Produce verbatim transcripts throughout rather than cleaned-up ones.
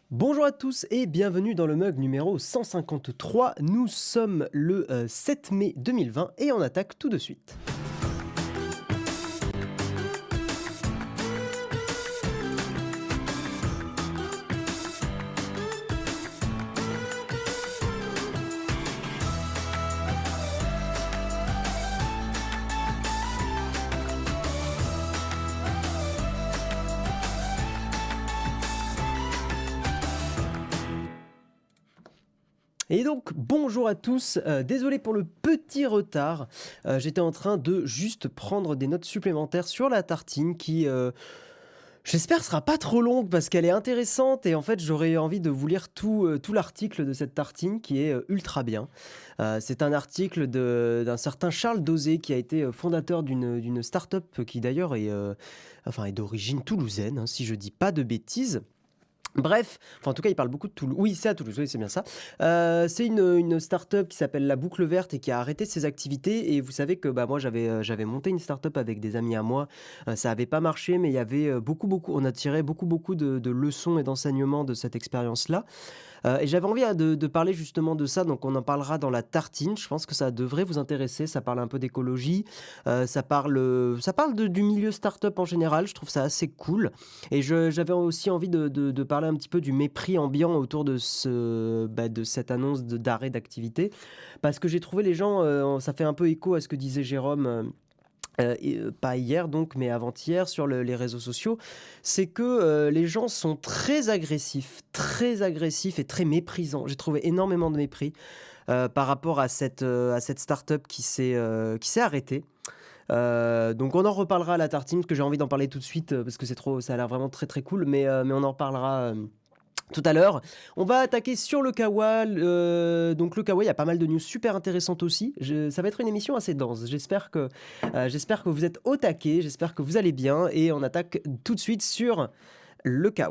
Bonjour à tous et bienvenue dans le mug numéro cent cinquante-trois. Nous sommes le euh, sept mai deux mille vingt et on attaque tout de suite. Et donc, bonjour à tous, euh, désolé pour le petit retard, euh, j'étais en train de juste prendre des notes supplémentaires sur la tartine qui, euh, j'espère, sera pas trop longue parce qu'elle est intéressante et en fait, j'aurais envie de vous lire tout, euh, tout l'article de cette tartine qui est euh, ultra bien. Euh, c'est un article de- d'un certain Charles Dosé qui a été euh, fondateur d'une d'une start-up qui d'ailleurs est, euh, enfin, est d'origine toulousaine, hein, si je dis pas de bêtises. Bref, enfin en tout cas il parle beaucoup de Toulouse. Oui, c'est à Toulouse, oui, c'est bien ça. Euh, c'est une, une start-up qui s'appelle La Boucle Verte et qui a arrêté ses activités. Et vous savez que bah, moi j'avais euh, j'avais monté une start-up avec des amis à moi. Euh, ça avait pas marché, mais il y avait euh, beaucoup, beaucoup, on a tiré beaucoup, beaucoup de, de leçons et d'enseignements de cette expérience-là. Euh, et j'avais envie hein, de, de parler justement de ça, donc on en parlera dans la tartine. Je pense que ça devrait vous intéresser. Ça parle un peu d'écologie, euh, ça parle, ça parle de- du milieu start-up en général. Je trouve ça assez cool. Et je- j'avais aussi envie de, de- de parler un petit peu du mépris ambiant autour de, ce, bah, de cette annonce de- d'arrêt d'activité. Parce que j'ai trouvé les gens, euh, ça fait un peu écho à ce que disait Jérôme. euh, euh, et, euh, pas hier donc, mais avant-hier sur le- les réseaux sociaux, c'est que euh, les gens sont très agressifs, très agressifs et très méprisants. J'ai trouvé énormément de mépris euh, par rapport à cette, euh, à cette start-up qui s'est euh, qui s'est arrêtée. Euh, donc on en reparlera à la tartine, parce que j'ai envie d'en parler tout de suite, euh, parce que c'est trop, ça a l'air vraiment très très cool, mais, euh, mais on en reparlera. euh, tout à l'heure, on va attaquer sur le Kawa. euh, donc le Kawa, il y a pas mal de news super intéressantes aussi. Je- ça va être une émission assez dense. J'espère que, euh, j'espère que vous êtes au taquet, j'espère que vous allez bien. Et on attaque tout de suite sur le Kawa.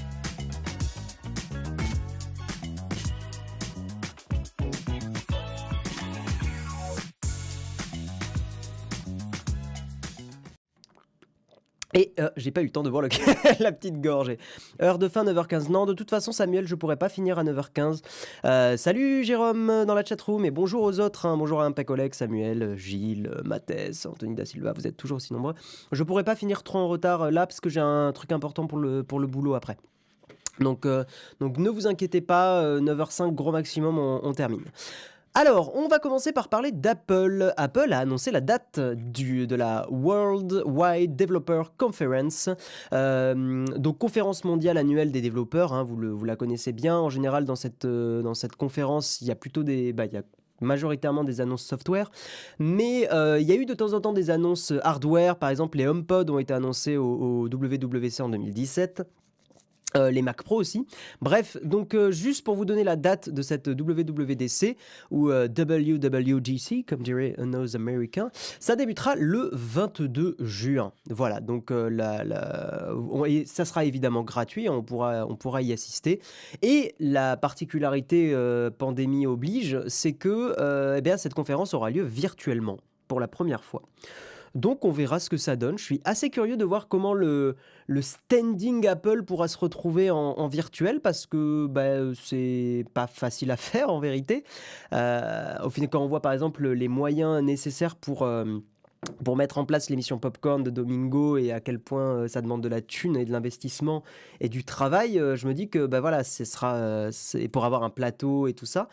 Et euh, j'ai pas eu le temps de voir le la petite gorgée. Heure de fin neuf heures quinze. Non, de toute façon, Samuel, je pourrais pas finir à neuf heures quinze. Euh, salut Jérôme euh, dans la chatroom et bonjour aux autres. hein. Bonjour à un collègue, Samuel, euh, Gilles, euh, Mathès, Anthony Da Silva. Vous êtes toujours aussi nombreux. Je pourrais pas finir trop en retard euh, là parce que j'ai un truc important pour le, pour le boulot après. Donc, euh, donc ne vous inquiétez pas, euh, neuf heures cinq gros maximum, on, on termine. Alors, on va commencer par parler d'Apple. Apple a annoncé la date du, de la World Wide Developer Conference, euh, donc conférence mondiale annuelle des développeurs, hein, vous, le- vous la connaissez bien. En général, dans cette, euh, dans cette conférence, il y a plutôt des... bah, il y a majoritairement des annonces software, mais euh, il y a eu de temps en temps des annonces hardware. Par exemple, les HomePod ont été annoncés au, au W W C en deux mille dix-sept. Euh, les Mac Pro aussi. Bref, donc euh, juste pour vous donner la date de cette W W D C ou euh, W W D C, comme dirait nos Américains, ça débutera le vingt-deux juin. Voilà, donc euh, la, la- on- et ça sera évidemment gratuit, on pourra, on pourra y assister. Et la particularité euh, pandémie oblige, c'est que euh, eh bien, cette conférence aura lieu virtuellement pour la première fois. Donc on verra ce que ça donne. Je suis assez curieux de voir comment le, le standing Apple pourra se retrouver en, en virtuel parce que bah, c'est pas facile à faire en vérité. Euh, au final, quand on voit par exemple les moyens nécessaires pour... euh, pour mettre en place l'émission Popcorn de Domingo et à quel point euh, ça demande de la thune et de l'investissement et du travail, euh, je me dis que bah voilà, ce sera euh, c'est pour avoir un plateau et tout ça.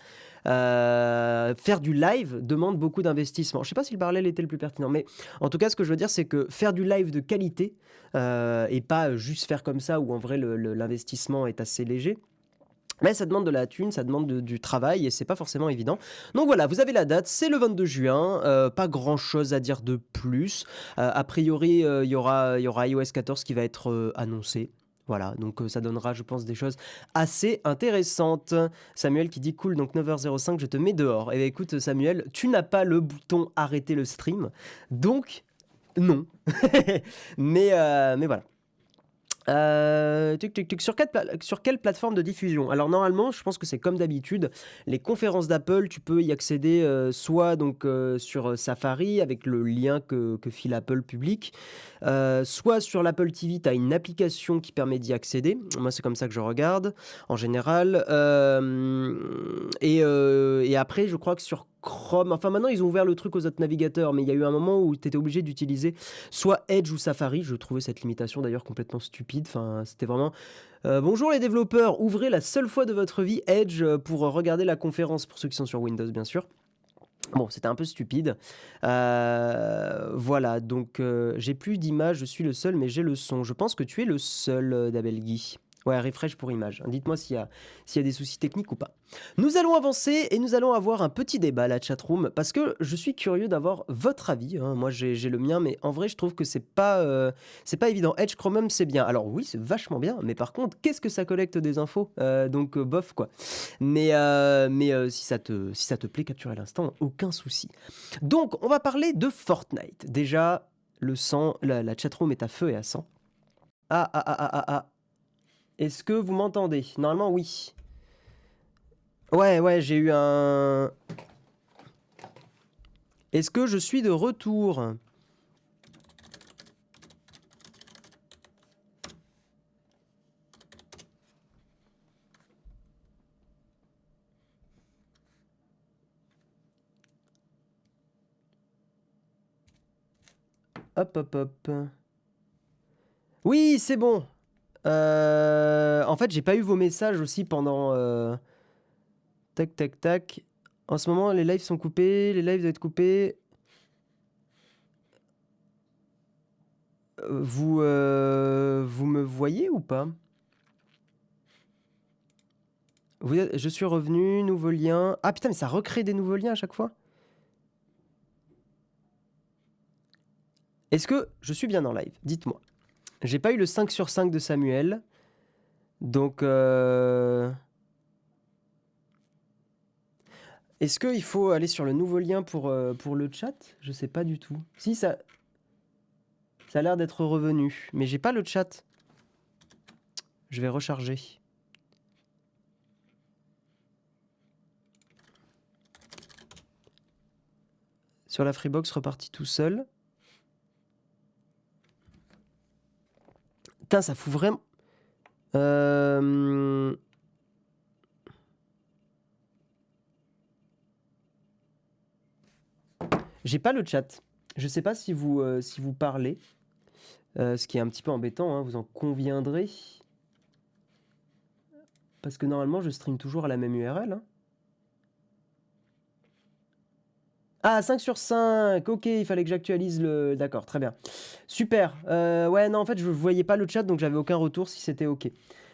Euh, faire du live demande beaucoup d'investissement. Je sais pas si le parallèle était le plus pertinent, mais en tout cas, ce que je veux dire, c'est que faire du live de qualité euh, et pas juste faire comme ça où en vrai le- le- l'investissement est assez léger. Mais ça demande de la thune, ça demande de- du travail et c'est pas forcément évident. Donc voilà, vous avez la date, c'est le vingt-deux juin. euh, pas grand chose à dire de plus. Euh, a priori, euh, il y aura, il y aura i O S quatorze qui va être euh, annoncé. Voilà, donc euh, ça donnera, je pense, des choses assez intéressantes. Samuel qui dit cool, donc neuf heures zéro cinq, je te mets dehors. Et écoute, Samuel, tu n'as pas le bouton arrêter le stream, donc non. mais, euh, mais voilà. Euh, tuc, tuc, tuc. Sur, quelle pla- sur quelle plateforme de diffusion? Alors normalement, je pense que c'est comme d'habitude, les conférences d'Apple, tu peux y accéder euh, soit donc euh, sur euh, Safari avec le lien que, que file Apple public, euh, soit sur l'Apple T V, tu as une application qui permet d'y accéder. Moi, c'est comme ça que je regarde en général. Euh, et, euh, et après, je crois que sur Chrome, enfin maintenant ils ont ouvert le truc aux autres navigateurs, mais il y a eu un moment où tu étais obligé d'utiliser soit Edge ou Safari. Je trouvais cette limitation d'ailleurs complètement stupide. Enfin, c'était vraiment euh, bonjour les développeurs, ouvrez la seule fois de votre vie Edge euh, pour regarder la conférence, pour ceux qui sont sur Windows bien sûr. Bon, c'était un peu stupide. Euh, voilà, donc euh, j'ai plus d'image, je suis le seul, mais j'ai le son. Je pense que tu es le seul, euh, Dabelgui. Ouais, refresh pour image. Dites-moi s'il y a, s'il y a des soucis techniques ou pas. Nous allons avancer et nous allons avoir un petit débat, la chatroom, parce que je suis curieux d'avoir votre avis. Hein. Moi, j'ai j'ai le mien, mais en vrai, je trouve que c'est pas, euh, c'est pas évident. Edge Chromium, c'est bien. Alors oui, c'est vachement bien, mais par contre, qu'est-ce que ça collecte des infos? Euh, Donc, euh, bof, quoi. Mais, euh, mais euh, si, ça te, si ça te plaît, capturer à l'instant, aucun souci. Donc, on va parler de Fortnite. Déjà, le sang, la, la chatroom est à feu et à sang. Ah, ah, ah, ah, ah, ah. Est-ce que vous m'entendez? Normalement, oui. Ouais, ouais, j'ai eu un... Est-ce que je suis de retour? Hop, hop, hop. Oui, c'est bon. Euh, En fait, j'ai pas eu vos messages aussi pendant... euh, Tac, tac, tac. En ce moment, les lives sont coupés. Les lives doivent être coupés. Euh, Vous, euh, vous me voyez ou pas? Vous êtes- Je suis revenu, nouveau lien. Ah putain, mais ça recrée des nouveaux liens à chaque fois? Est-ce que je suis bien en live? Dites-moi. J'ai pas eu le cinq sur cinq de Samuel. Donc... euh, Est-ce qu'il faut aller sur le nouveau lien pour, euh, pour le chat? Je sais pas du tout. Si, ça, ça a l'air d'être revenu. Mais j'ai pas le chat. Je vais recharger. Sur la Freebox, reparti tout seul. Putain, ça fout vraiment... Euh... J'ai pas le chat. Je sais pas si vous, euh, si vous parlez. Euh, ce qui est un petit peu embêtant, hein, vous en conviendrez. Parce que normalement, je stream toujours à la même U R L. Hein. Ah, cinq sur cinq. Ok, il fallait que j'actualise le... D'accord, très bien. Super. Euh, ouais, non, en fait, je voyais pas le chat, donc j'avais aucun retour si c'était ok.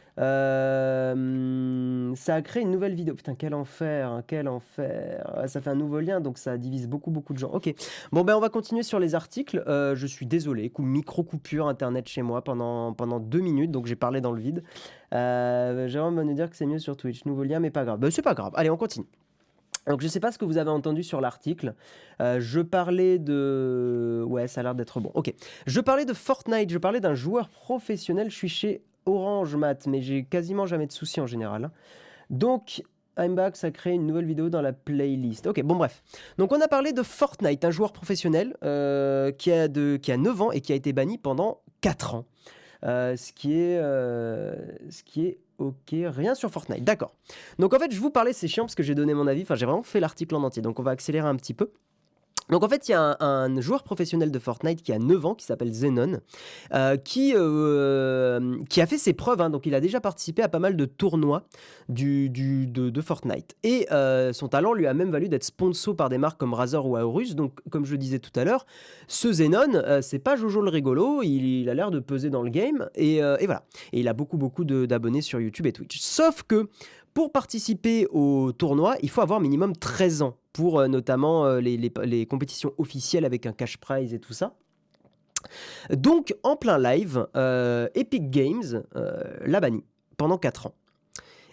Euh, ça a créé une nouvelle vidéo. Putain, quel enfer, hein, quel enfer. Ah, ça fait un nouveau lien, donc ça divise beaucoup, beaucoup de gens. Ok. Bon, ben, on va continuer sur les articles. Euh, je suis désolé. Coup, micro-coupure internet chez moi pendant, pendant deux minutes, donc j'ai parlé dans le vide. Euh, Jérôme va nous dire que c'est mieux sur Twitch. Nouveau lien, mais pas grave. Ben, c'est pas grave. Allez, on continue. Donc je sais pas ce que vous avez entendu sur l'article. Euh, je parlais de... Ouais, ça a l'air d'être bon. Ok. Je parlais de Fortnite. Je parlais d'un joueur professionnel. Je suis chez Orange Mat, mais j'ai quasiment jamais de soucis en général. hein. Donc, I'm back, ça crée une nouvelle vidéo dans la playlist. Ok, bon bref. Donc on a parlé de Fortnite, un joueur professionnel euh, qui, a de, qui a neuf ans et qui a été banni pendant quatre ans. Euh, ce qui est... euh, ce qui est... Ok, rien sur Fortnite, d'accord. Donc en fait, je vous parlais, c'est chiant parce que j'ai donné mon avis, enfin j'ai vraiment fait l'article en entier, donc on va accélérer un petit peu. Donc en fait, il y a un, un joueur professionnel de Fortnite qui a neuf ans, qui s'appelle Zenon, euh, qui, euh, qui a fait ses preuves. Hein, donc il a déjà participé à pas mal de tournois du, du, de, de Fortnite. Et euh, son talent lui a même valu d'être sponsor par des marques comme Razer ou Aorus. Donc comme je le disais tout à l'heure, ce Zenon, euh, c'est pas Jojo le rigolo, il, il a l'air de peser dans le game. Et, euh, et voilà. Et il a beaucoup beaucoup de- d'abonnés sur YouTube et Twitch. Sauf que pour participer au tournoi, il faut avoir minimum treize ans pour euh, notamment euh, les, les- les compétitions officielles avec un cash prize et tout ça. Donc, en plein live, euh, Epic Games euh, l'a banni pendant quatre ans.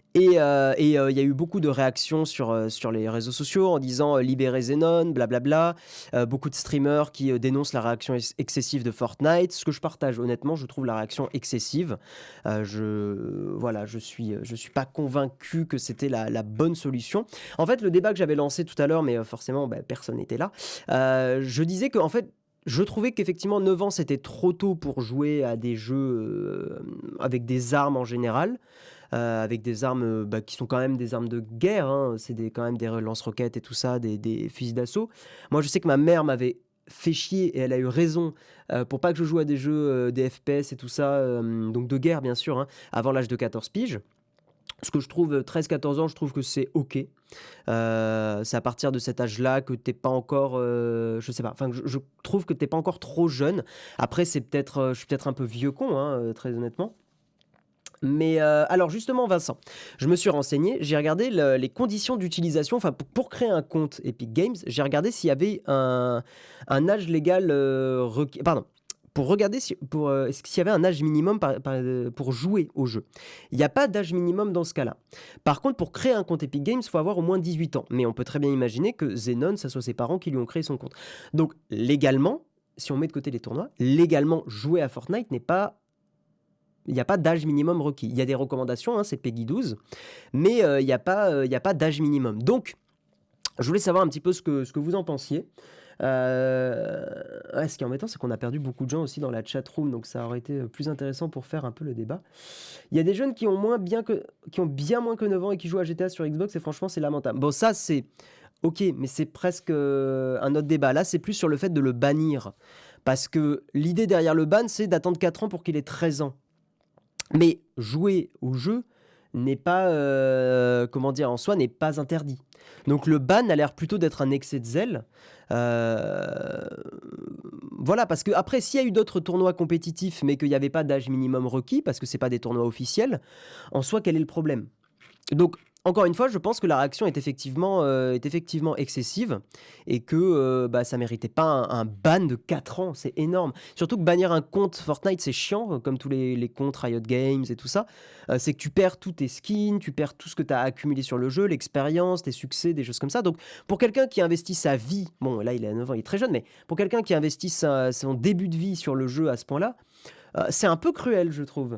Et heu et heu, il y a eu beaucoup de réactions sur, heu, sur les réseaux sociaux en disant, heu: «Libérez Zenon, blablabla». Heu, beaucoup de streamers qui, heu, dénoncent la réaction ex excessive de Fortnite, ce que je partage honnêtement, je trouve la réaction excessive. Heu, je voilà, je suis, heu, je suis pas convaincu que c'était la la bonne solution. En fait, le débat que j'avais lancé tout à l'heure, mais, heu, forcément, bah, personne n'était là, heu, je disais qu'en fait, je trouvais qu'effectivement neuf ans, c'était trop tôt pour jouer à des jeux, hem, avec des armes en général. Heu, avec des armes, heu, bah, qui sont quand même des armes de guerre, hein. C'est des quand même des re lance-roquettes et tout ça, des des fusils d'assaut. Moi, je sais que ma mère m'avait fait chier et elle a eu raison, heu, pour pas que je joue à des jeux, heu, des F P S et tout ça, hem, donc de guerre bien sûr, hein, avant l'âge de quatorze piges. Ce que je trouve, heu, treize quatorze ans, je trouve que c'est OK. Heu, c'est à partir de cet âge-là que tu es pas encore, heu, je sais pas, enfin, je je trouve que tu es pas encore trop jeune. Après, c'est peut-être, heu, je suis peut-être un peu vieux con, hein, heu, très honnêtement. Mais heu, alors justement Vincent, je me suis renseigné, j'ai regardé le les conditions d'utilisation, enfin pour pour créer un compte Epic Games, j'ai regardé s'il y avait un un âge légal, heu, requis pardon, pour regarder si pour, heu, est-ce s'il y avait un âge minimum par par, heu, pour jouer au jeu. Il n'y a pas d'âge minimum dans ce cas-là. Par contre, pour créer un compte Epic Games, il faut avoir au moins dix-huit ans. Mais on peut très bien imaginer que Zenon, ça soit ses parents qui lui ont créé son compte. Donc légalement, si on met de côté les tournois, légalement jouer à Fortnite n'est pas il n'y a pas d'âge minimum requis. Il y a des recommandations, hein, c'est Peggy douze, mais heu, il n'y a pas, heu, il y a pas d'âge minimum. Donc, je voulais savoir un petit peu ce que ce que vous en pensiez. Heu, ouais, ce qui est embêtant, c'est qu'on a perdu beaucoup de gens aussi dans la chat room, donc ça aurait été, heu, plus intéressant pour faire un peu le débat. Il y a des jeunes qui ont moins bien que qui ont bien moins que neuf ans et qui jouent à G T A sur Xbox et franchement, c'est lamentable. Bon, ça, c'est OK, mais c'est presque, heu, un autre débat. Là, c'est plus sur le fait de le bannir. Parce que l'idée derrière le ban, c'est d'attendre quatre ans pour qu'il ait treize ans. Mais jouer au jeu n'est pas, heu, comment dire? En soi, n'est pas interdit. Donc le ban a l'air plutôt d'être un excès de zèle. Heu, voilà, parce qu'après, s'il y a eu d'autres tournois compétitifs, mais qu'il n'y avait pas d'âge minimum requis, parce que c'est pas des tournois officiels, en soi, quel est le problème? Donc, encore une fois, je pense que la réaction est effectivement, heu, est effectivement excessive et que, heu, bah, ça méritait pas un un ban de quatre ans, c'est énorme. Surtout que bannir un compte Fortnite, c'est chiant, heu, comme tous les les comptes Riot Games et tout ça. Heu, c'est que tu perds tous tes skins, tu perds tout ce que tu as accumulé sur le jeu, l'expérience, tes succès, des choses comme ça. Donc pour quelqu'un qui investit sa vie, bon là il a neuf ans, il est très jeune, mais pour quelqu'un qui investit sa son début de vie sur le jeu à ce point-là, heu, c'est un peu cruel, je trouve.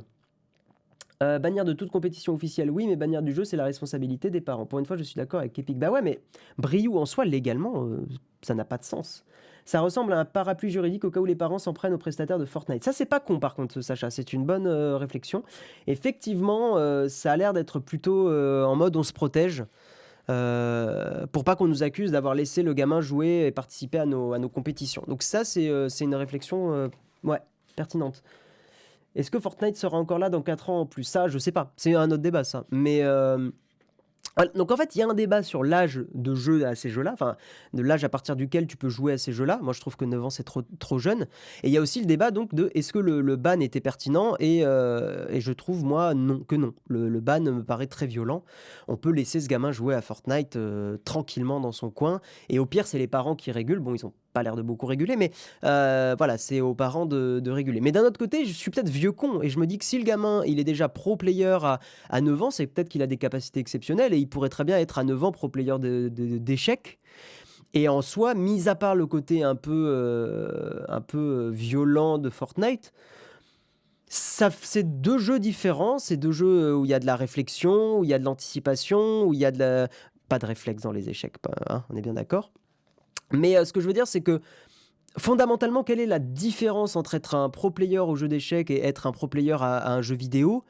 Heu, bannir de toute compétition officielle, oui, mais bannir du jeu, c'est la responsabilité des parents. Pour une fois, je suis d'accord avec Epic. Bah ouais, mais Briou en soi, légalement, heu, ça n'a pas de sens. Ça ressemble à un parapluie juridique au cas où les parents s'en prennent aux prestataires de Fortnite. Ça, c'est pas con par contre, Sacha, c'est une bonne, heu, réflexion. Effectivement, heu, ça a l'air d'être plutôt, heu, en mode on se protège, heu, pour pas qu'on nous accuse d'avoir laissé le gamin jouer et participer à nos à nos compétitions. Donc ça, c'est, heu, c'est une réflexion, heu, ouais, pertinente. Est-ce que Fortnite sera encore là dans quatre ans en plus? Ça, je sais pas. C'est un autre débat, ça. Mais euh, ah, donc en fait, il y a un débat sur l'âge de jeu à ces jeux-là, enfin, de l'âge à partir duquel tu peux jouer à ces jeux-là. Moi, je trouve que neuf ans, c'est trop, trop jeune. Et il y a aussi le débat donc de est-ce que le, le ban était pertinent et, euh, et je trouve, moi, non, que non. Le, le ban me paraît très violent. On peut laisser ce gamin jouer à Fortnite euh, tranquillement dans son coin. Et au pire, c'est les parents qui régulent. Bon, ils ont pas l'air de beaucoup réguler, mais euh, voilà, c'est aux parents de, de réguler. Mais d'un autre côté, je suis peut-être vieux con et je me dis que si le gamin, il est déjà pro player à, à neuf ans, c'est peut-être qu'il a des capacités exceptionnelles et il pourrait très bien être à neuf ans pro player de- de- d'échecs. Et en soi, mis à part le côté un peu, euh, un peu euh, violent de Fortnite, ça, c'est deux jeux différents. C'est deux jeux où il y a de la réflexion, où il y a de l'anticipation, où il y a de la... Pas de réflexe dans les échecs, pas- hein, on est bien d'accord. Mais euh, ce que je veux dire, c'est que fondamentalement, quelle est la différence entre être un pro player au jeu d'échecs et être un pro player à, à un jeu vidéo?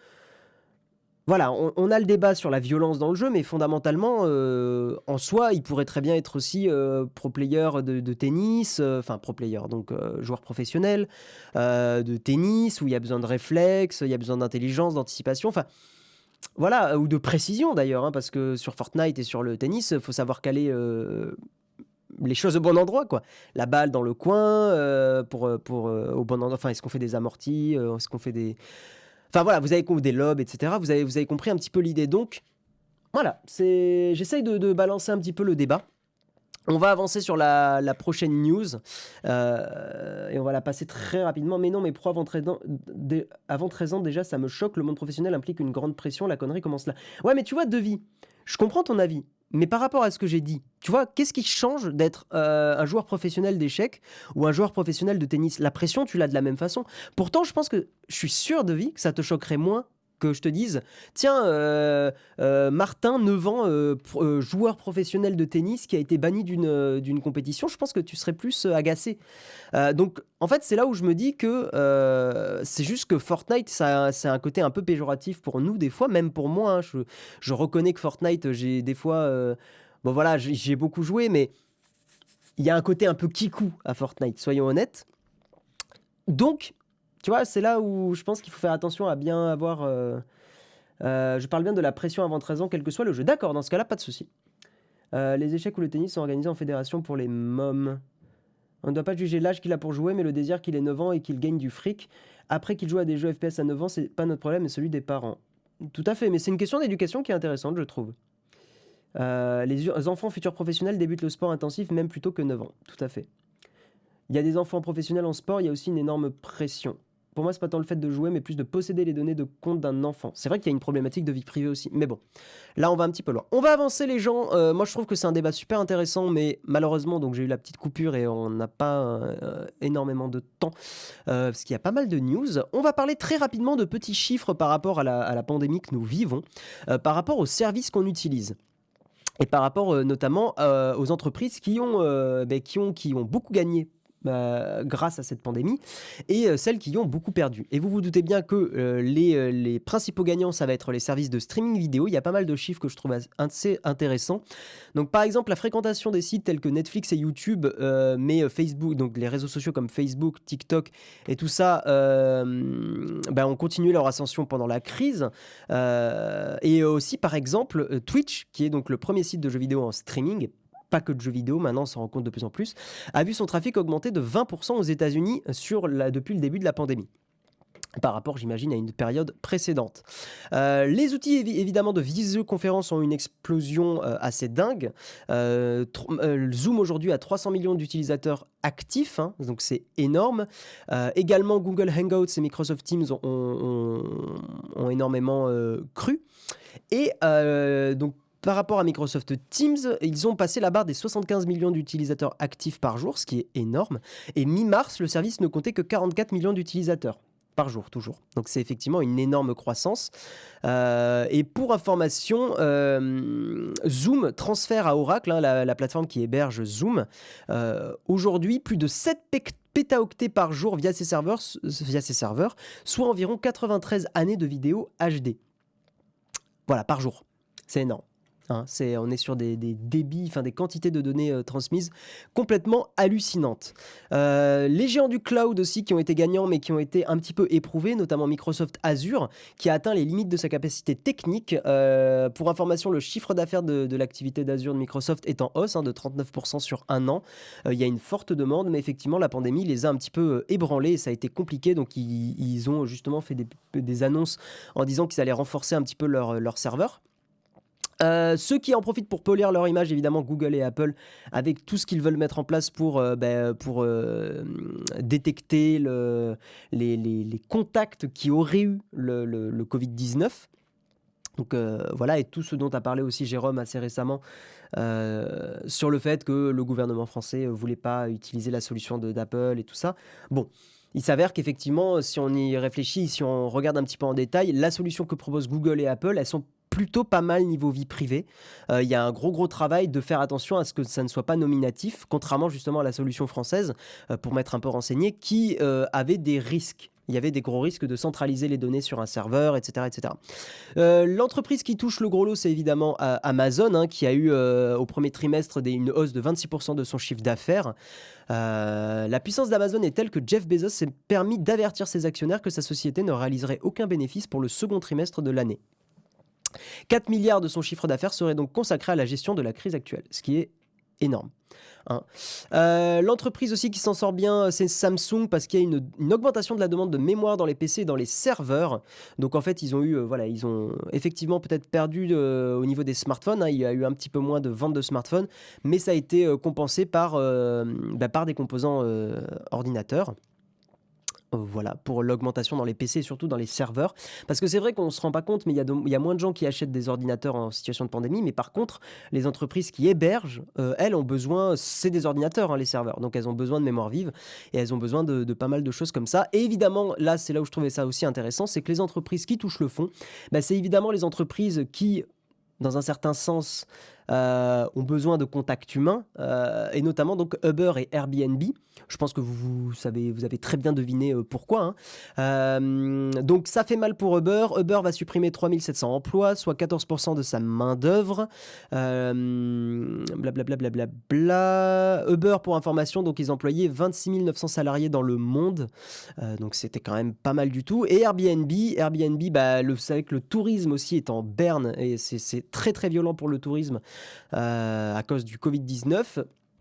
Voilà, on, on a le débat sur la violence dans le jeu, mais fondamentalement, euh, en soi, il pourrait très bien être aussi euh, pro player de, de tennis, euh, enfin pro player, donc euh, joueur professionnel euh, de tennis, où il y a besoin de réflexe, il y a besoin d'intelligence, d'anticipation, enfin voilà, ou de précision d'ailleurs, hein, parce que sur Fortnite et sur le tennis, il faut savoir caler euh, les choses au bon endroit, quoi. La balle dans le coin, euh, pour, euh, pour, euh, au bon endroit, enfin, est-ce qu'on fait des amortis, euh, est-ce qu'on fait des... Enfin voilà, vous avez compris des lobes, et cetera. Vous avez, vous avez compris un petit peu l'idée. Donc, voilà, c'est, j'essaye de, de balancer un petit peu le débat. On va avancer sur la, la prochaine news euh, et on va la passer très rapidement. Mais non, mais pro avant treize ans, dé- avant treize ans déjà, ça me choque. Le monde professionnel implique une grande pression. La connerie commence là. Ouais, mais tu vois, Devi, je comprends ton avis. Mais par rapport à ce que j'ai dit, tu vois, qu'est-ce qui change d'être euh, un joueur professionnel d'échecs ou un joueur professionnel de tennis? La pression, tu l'as de la même façon. Pourtant, je pense que je suis sûr, Devi, que ça te choquerait moins que je te dise, tiens, euh, euh, Martin, neuf ans, euh, pro- euh, joueur professionnel de tennis qui a été banni d'une euh, d'une compétition, je pense que tu serais plus euh, agacé. Euh, donc, en fait, c'est là où je me dis que euh, c'est juste que Fortnite, ça, c'est un côté un peu péjoratif pour nous, des fois, même pour moi. Hein. je, je reconnais que Fortnite, j'ai des fois. euh, bon, voilà, j'ai j'ai beaucoup joué, mais il y a un côté un peu kikou à Fortnite, soyons honnêtes. Donc, tu vois, c'est là où je pense qu'il faut faire attention à bien avoir. euh, euh, je parle bien de la pression avant treize ans, quel que soit le jeu. D'accord, dans ce cas-là, pas de souci. Euh, les échecs ou le tennis sont organisés en fédération pour les mômes. On ne doit pas juger l'âge qu'il a pour jouer, mais le désir qu'il ait neuf ans et qu'il gagne du fric. Après qu'il joue à des jeux F P S à neuf ans, c'est pas notre problème, mais celui des parents. Tout à fait, mais c'est une question d'éducation qui est intéressante, je trouve. Euh, les u- enfants futurs professionnels débutent le sport intensif même plus tôt que neuf ans. Tout à fait. Il y a des enfants professionnels en sport, il y a aussi une énorme pression. Pour moi, c'est pas tant le fait de jouer, mais plus de posséder les données de compte d'un enfant. C'est vrai qu'il y a une problématique de vie privée aussi, mais bon, là, on va un petit peu loin. On va avancer, les gens. Euh, moi, je trouve que c'est un débat super intéressant, mais malheureusement, donc j'ai eu la petite coupure et on n'a pas euh, énormément de temps euh, parce qu'il y a pas mal de news. On va parler très rapidement de petits chiffres par rapport à la, à la pandémie que nous vivons, euh, par rapport aux services qu'on utilise. Et par rapport euh, notamment euh, aux entreprises qui ont, euh, ben, qui ont, qui ont beaucoup gagné euh, grâce à cette pandémie et euh, celles qui y ont beaucoup perdu. Et vous vous doutez bien que euh, les, euh, les principaux gagnants, ça va être les services de streaming vidéo. Il y a pas mal de chiffres que je trouve assez intéressants. Donc par exemple, la fréquentation des sites tels que Netflix et YouTube, euh, mais euh, Facebook, donc les réseaux sociaux comme Facebook, TikTok et tout ça, euh, ben, ont continué leur ascension pendant la crise. Euh, et aussi par exemple euh, Twitch, qui est donc le premier site de jeux vidéo en streaming, pas que de jeux vidéo, maintenant on s'en rend compte de plus en plus, a vu son trafic augmenter de vingt pour cent aux États-Unis sur la, depuis le début de la pandémie par rapport, j'imagine, à une période précédente. Euh, les outils, évi- évidemment, de visioconférence ont une explosion euh, assez dingue. Euh, tr- euh, Zoom, aujourd'hui, a trois cents millions d'utilisateurs actifs, hein, donc c'est énorme. Euh, également, Google Hangouts et Microsoft Teams ont, ont- ont énormément euh, cru. Et euh, donc, par rapport à Microsoft Teams, ils ont passé la barre des soixante-quinze millions d'utilisateurs actifs par jour, ce qui est énorme. Et mi-mars, le service ne comptait que quarante-quatre millions d'utilisateurs par jour, toujours. Donc c'est effectivement une énorme croissance. Euh, et pour information, euh, Zoom transfère à Oracle, hein, la, la plateforme qui héberge Zoom, euh, aujourd'hui plus de sept pec- pétaoctets par jour via ses serveurs, via ses serveurs, soit environ quatre-vingt-treize années de vidéos H D. Voilà, par jour. C'est énorme. Hein, c'est, on est sur des, des débits, enfin des quantités de données euh, transmises complètement hallucinantes. Euh, les géants du cloud aussi qui ont été gagnants mais qui ont été un petit peu éprouvés, notamment Microsoft Azure qui a atteint les limites de sa capacité technique. Euh, pour information, le chiffre d'affaires de, de l'activité d'Azure de Microsoft est en hausse hein, de trente-neuf pour cent sur un an. Euh, Il y a une forte demande, mais effectivement la pandémie les a un petit peu euh, ébranlés et ça a été compliqué. Donc ils, ils ont justement fait des, des annonces en disant qu'ils allaient renforcer un petit peu leur, leur serveur. Euh, ceux qui en profitent pour polir leur image, évidemment Google et Apple, avec tout ce qu'ils veulent mettre en place pour, euh, ben, pour euh, détecter le, les, les- les contacts qui auraient eu le, le- le covid dix-neuf. Donc euh, voilà, et tout ce dont a parlé aussi Jérôme assez récemment euh, sur le fait que le gouvernement français ne voulait pas utiliser la solution de- d'Apple et tout ça. Bon, il s'avère qu'effectivement, si on y réfléchit, si on regarde un petit peu en détail, la solution que proposent Google et Apple, elles sont plutôt pas mal niveau vie privée. Euh, Il y a un gros gros travail de faire attention à ce que ça ne soit pas nominatif, contrairement justement à la solution française, euh, pour m'être un peu renseigné, qui euh, avait des risques. Il y avait des gros risques de centraliser les données sur un serveur, et cetera et cetera. Euh, L'entreprise qui touche le gros lot, c'est évidemment euh, Amazon, hein, qui a eu euh, au premier trimestre des- une hausse de vingt-six pour cent de son chiffre d'affaires. Euh, la puissance d'Amazon est telle que Jeff Bezos s'est permis d'avertir ses actionnaires que sa société ne réaliserait aucun bénéfice pour le second trimestre de l'année. quatre milliards de son chiffre d'affaires seraient donc consacrés à la gestion de la crise actuelle, ce qui est énorme. Hein. Euh, L'entreprise aussi qui s'en sort bien, c'est Samsung parce qu'il y a une, une augmentation de la demande de mémoire dans les P C et dans les serveurs. Donc en fait, ils ont eu, euh, voilà, ils ont effectivement peut-être perdu euh, au niveau des smartphones. Hein. Il y a eu un petit peu moins de ventes de smartphones, mais ça a été euh, compensé par, euh, bah, par des composants euh, ordinateurs. Euh, Voilà, pour l'augmentation dans les P C et surtout dans les serveurs. Parce que c'est vrai qu'on ne se rend pas compte, mais il y, a de- il y a moins de gens qui achètent des ordinateurs en situation de pandémie. Mais par contre, les entreprises qui hébergent, euh, elles ont besoin, c'est des ordinateurs, hein, les serveurs. Donc elles ont besoin de mémoire vive et elles ont besoin de, de pas mal de choses comme ça. Et évidemment, là, c'est là où je trouvais ça aussi intéressant, c'est que les entreprises qui touchent le fond, bah, c'est évidemment les entreprises qui, dans un certain sens, euh, ont besoin de contact humain, euh, et notamment donc Uber et Airbnb. Je pense que vous, vous savez, vous avez très bien deviné euh, pourquoi. Hein. Euh, donc ça fait mal pour Uber. Uber va supprimer trois mille sept cents emplois, soit quatorze pour cent de sa main-d'œuvre. Euh, blablabla. Bla, bla, bla, bla. Uber, pour information, donc ils employaient vingt-six mille neuf cents salariés dans le monde. Euh, donc c'était quand même pas mal du tout. Et Airbnb, Airbnb, bah, le, vous savez que le tourisme aussi est en berne et c'est c'est très très violent pour le tourisme euh, à cause du covid dix-neuf.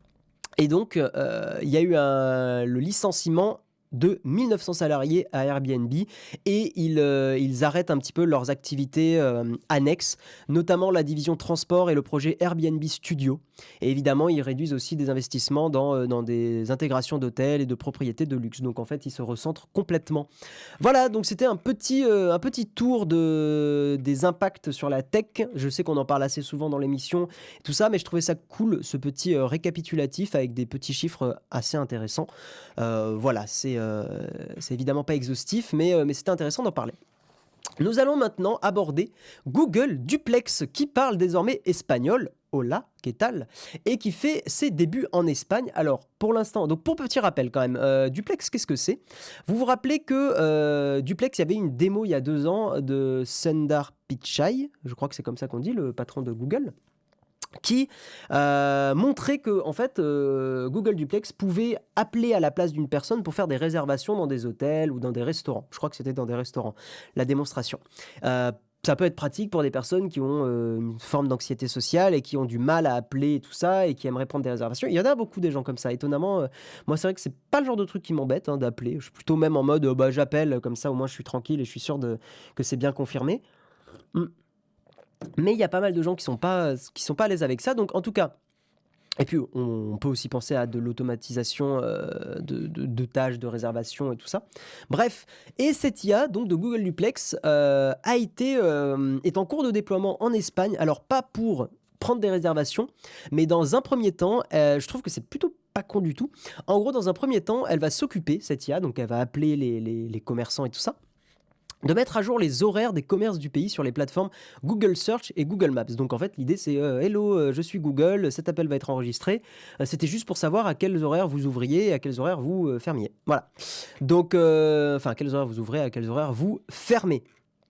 Et donc, euh, il y a eu un- le licenciement de mille neuf cents salariés à Airbnb et ils, euh, ils arrêtent un petit peu leurs activités euh, annexes, notamment la division transport et le projet Airbnb Studio. Et évidemment, ils réduisent aussi des investissements dans, euh, dans des intégrations d'hôtels et de propriétés de luxe. Donc en fait, ils se recentrent complètement. Voilà, donc c'était un petit, euh, un petit tour de, des impacts sur la tech. Je sais qu'on en parle assez souvent dans l'émission, tout ça, mais je trouvais ça cool, ce petit euh, récapitulatif avec des petits chiffres euh, assez intéressants. Euh, voilà, c'est euh, c'est évidemment pas exhaustif, mais, euh, mais c'était intéressant d'en parler. Nous allons maintenant aborder Google Duplex, qui parle désormais espagnol. Hola, ¿qué tal? Et qui fait ses débuts en Espagne. Alors, pour l'instant, donc pour petit rappel quand même, euh, Duplex, qu'est-ce que c'est? Vous vous rappelez que euh, Duplex, il y avait une démo il y a deux ans de Sundar Pichai, je crois que c'est comme ça qu'on dit, le patron de Google, qui euh, montrait que en fait, euh, Google Duplex pouvait appeler à la place d'une personne pour faire des réservations dans des hôtels ou dans des restaurants. Je crois que c'était dans des restaurants, la démonstration. Euh, ça peut être pratique pour des personnes qui ont euh, une forme d'anxiété sociale et qui ont du mal à appeler et tout ça et qui aimeraient prendre des réservations. Il y en a beaucoup des gens comme ça. Étonnamment, euh, moi c'est vrai que c'est pas le genre de truc qui m'embête, hein, d'appeler. Je suis plutôt même en mode euh, bah, j'appelle comme ça, au moins je suis tranquille et je suis sûr de, que c'est bien confirmé. Mm. Mais il y a pas mal de gens qui sont pas, qui sont pas à l'aise avec ça. Donc en tout cas, et puis on, on peut aussi penser à de l'automatisation euh, de, de- de tâches, de réservation et tout ça. Bref, et cette I A donc de Google Duplex euh, a été, euh, est en cours de déploiement en Espagne. Alors pas pour prendre des réservations, mais dans un premier temps, euh, je trouve que c'est plutôt pas con du tout. En gros, dans un premier temps, elle va s'occuper, cette I A, donc elle va appeler les, les les commerçants et tout ça, de mettre à jour les horaires des commerces du pays sur les plateformes Google Search et Google Maps. Donc en fait, l'idée c'est euh, hello, euh, je suis Google, cet appel va être enregistré. Euh, C'était juste pour savoir à quels horaires vous ouvriez et à quels horaires vous euh, fermiez. Voilà. Donc, euh, enfin, à quels horaires vous ouvrez, à quels horaires vous fermez.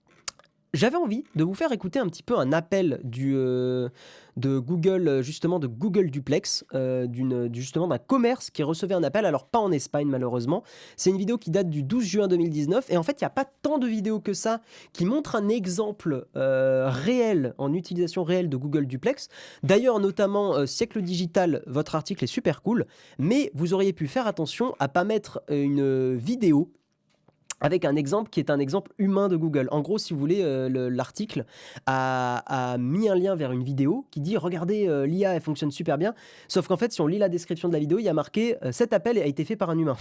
J'avais envie de vous faire écouter un petit peu un appel du, euh, de Google, euh, justement de Google Duplex, euh, d'une, du- justement d'un commerce qui recevait un appel, alors pas en Espagne malheureusement. C'est une vidéo qui date du douze juin deux mille dix-neuf et en fait il n'y a pas tant de vidéos que ça qui montrent un exemple euh, réel, en utilisation réelle de Google Duplex. D'ailleurs notamment euh, Siècle Digital, votre article est super cool, mais vous auriez pu faire attention à pas mettre euh, une vidéo avec un exemple qui est un exemple humain de Google. En gros, si vous voulez, euh, le- l'article a, a mis un lien vers une vidéo qui dit regardez, euh, l'I A elle fonctionne super bien. Sauf qu'en fait, si on lit la description de la vidéo, il y a marqué euh, cet appel a été fait par un humain.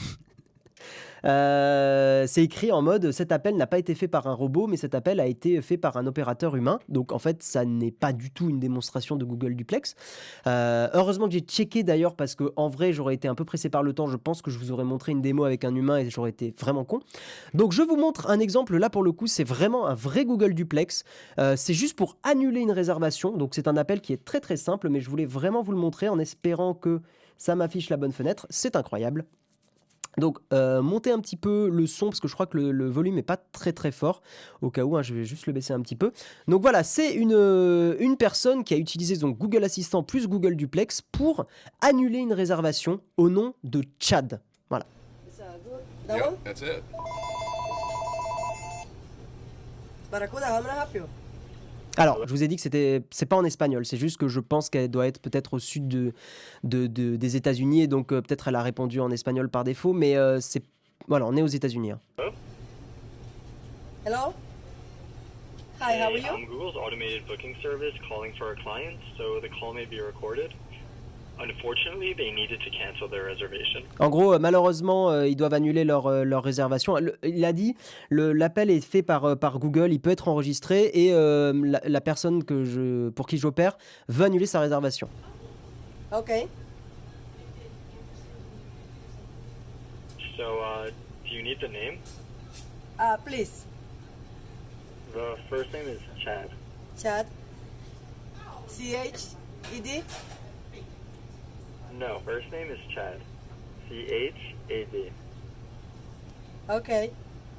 Euh, c'est écrit en mode cet appel n'a pas été fait par un robot, mais cet appel a été fait par un opérateur humain. Donc en fait, ça n'est pas du tout une démonstration de Google Duplex. Euh, heureusement que j'ai checké d'ailleurs parce que en vrai, j'aurais été un peu pressé par le temps. Je pense que je vous aurais montré une démo avec un humain et j'aurais été vraiment con. Donc je vous montre un exemple. Là pour le coup, c'est vraiment un vrai Google Duplex. Euh, c'est juste pour annuler une réservation. Donc c'est un appel qui est très très simple, mais je voulais vraiment vous le montrer en espérant que ça m'affiche la bonne fenêtre. C'est incroyable. Donc, euh, montez un petit peu le son parce que je crois que le, le volume n'est pas très très fort. Au cas où, hein, je vais juste le baisser un petit peu. Donc voilà, c'est une, euh, une personne qui a utilisé donc Google Assistant plus Google Duplex pour annuler une réservation au nom de Chad. Voilà. That Yep, one? that's it. Barracuda, vámonos rápido. Alors, je vous ai dit que c'était, c'est pas en espagnol, c'est juste que je pense qu'elle doit être peut-être au sud de, de- de- des États-Unis et donc euh, peut-être elle a répondu en espagnol par défaut, mais euh, c'est, voilà, on est aux États-Unis, hein. Hello? Hello? Hi, how are Hey, you? I'm Google's automated booking service calling for a client, so the call may be recorded. Unfortunately, they needed to cancel their reservation. En gros, euh, malheureusement, euh, ils doivent annuler leur, euh, leur réservation. Le- il a dit, le- l'appel est fait par, euh, par Google, il peut être enregistré et euh, la, la personne que je, pour qui j'opère veut annuler sa réservation. Okay. So, uh, do you need the name? Uh, please, The first name is Chad. Chad. C H E D? No, first name is Chad. C H A D. Okay.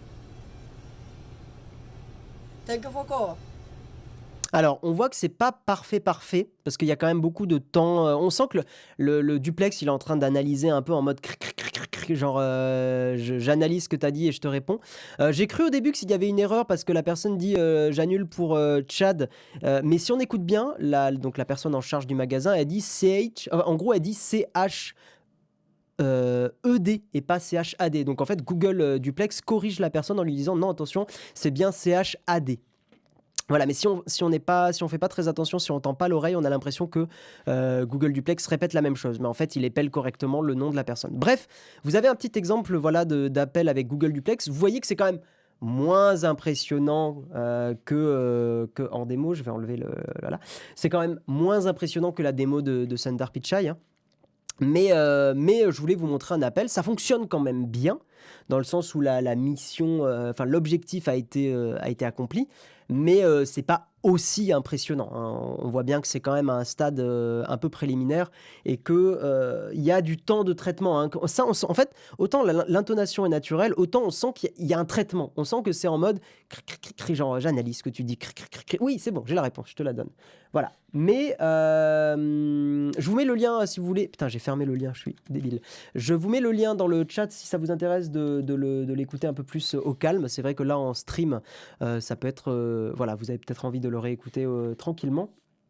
Thank you for call. Alors, on voit que c'est pas parfait, parfait, parce qu'il y a quand même beaucoup de temps. euh, on sent que le, le- le duplex, il est en train d'analyser un peu en mode cric, cric, cric, cric, cric, genre euh, je- j'analyse ce que tu as dit et je te réponds. Euh, j'ai cru au début qu'il y avait une erreur parce que la personne dit euh, j'annule pour euh, Chad. Euh, mais si on écoute bien, la, donc la personne en charge du magasin, elle dit C H, euh, en gros, elle dit C H. euh, E D et pas C H A D. Donc en fait, Google euh, Duplex corrige la personne en lui disant non, attention, c'est bien C H A D. Voilà, mais si on si on n'est pas si on fait pas très attention, si on tend pas l'oreille, on a l'impression que euh, Google Duplex répète la même chose, mais en fait, il épelle correctement le nom de la personne. Bref, vous avez un petit exemple, voilà, de- d'appel avec Google Duplex. Vous voyez que c'est quand même moins impressionnant euh, que, euh, que en démo. Je vais enlever le voilà. C'est quand même moins impressionnant que la démo de, de Sundar Pichai, hein. Mais, euh, mais euh, je voulais vous montrer un appel. Ça fonctionne quand même bien, dans le sens où la, la mission, euh, enfin l'objectif a été, euh, a été accompli, mais euh, c'est pas aussi impressionnant, hein. On voit bien que c'est quand même à un stade euh, un peu préliminaire et que euh, il y a du temps de traitement, hein. Ça, on sent- en fait, autant la- l'intonation est naturelle, autant on sent qu'il y a- il y a un traitement. On sent que c'est en mode cric, cric, cric, cric, genre j'analyse ce que tu dis. Cric, cric, cric, cric. Oui, c'est bon, j'ai la réponse, je te la donne. Voilà. Mais euh, je vous mets le lien euh, si vous voulez. Putain, j'ai fermé le lien, je suis débile. Je vous mets le lien dans le chat si ça vous intéresse de, de le- de l'écouter un peu plus euh, au calme. C'est vrai que là, en stream, euh, ça peut être. euh, voilà, vous avez peut-être envie de le réécouter euh, tranquillement.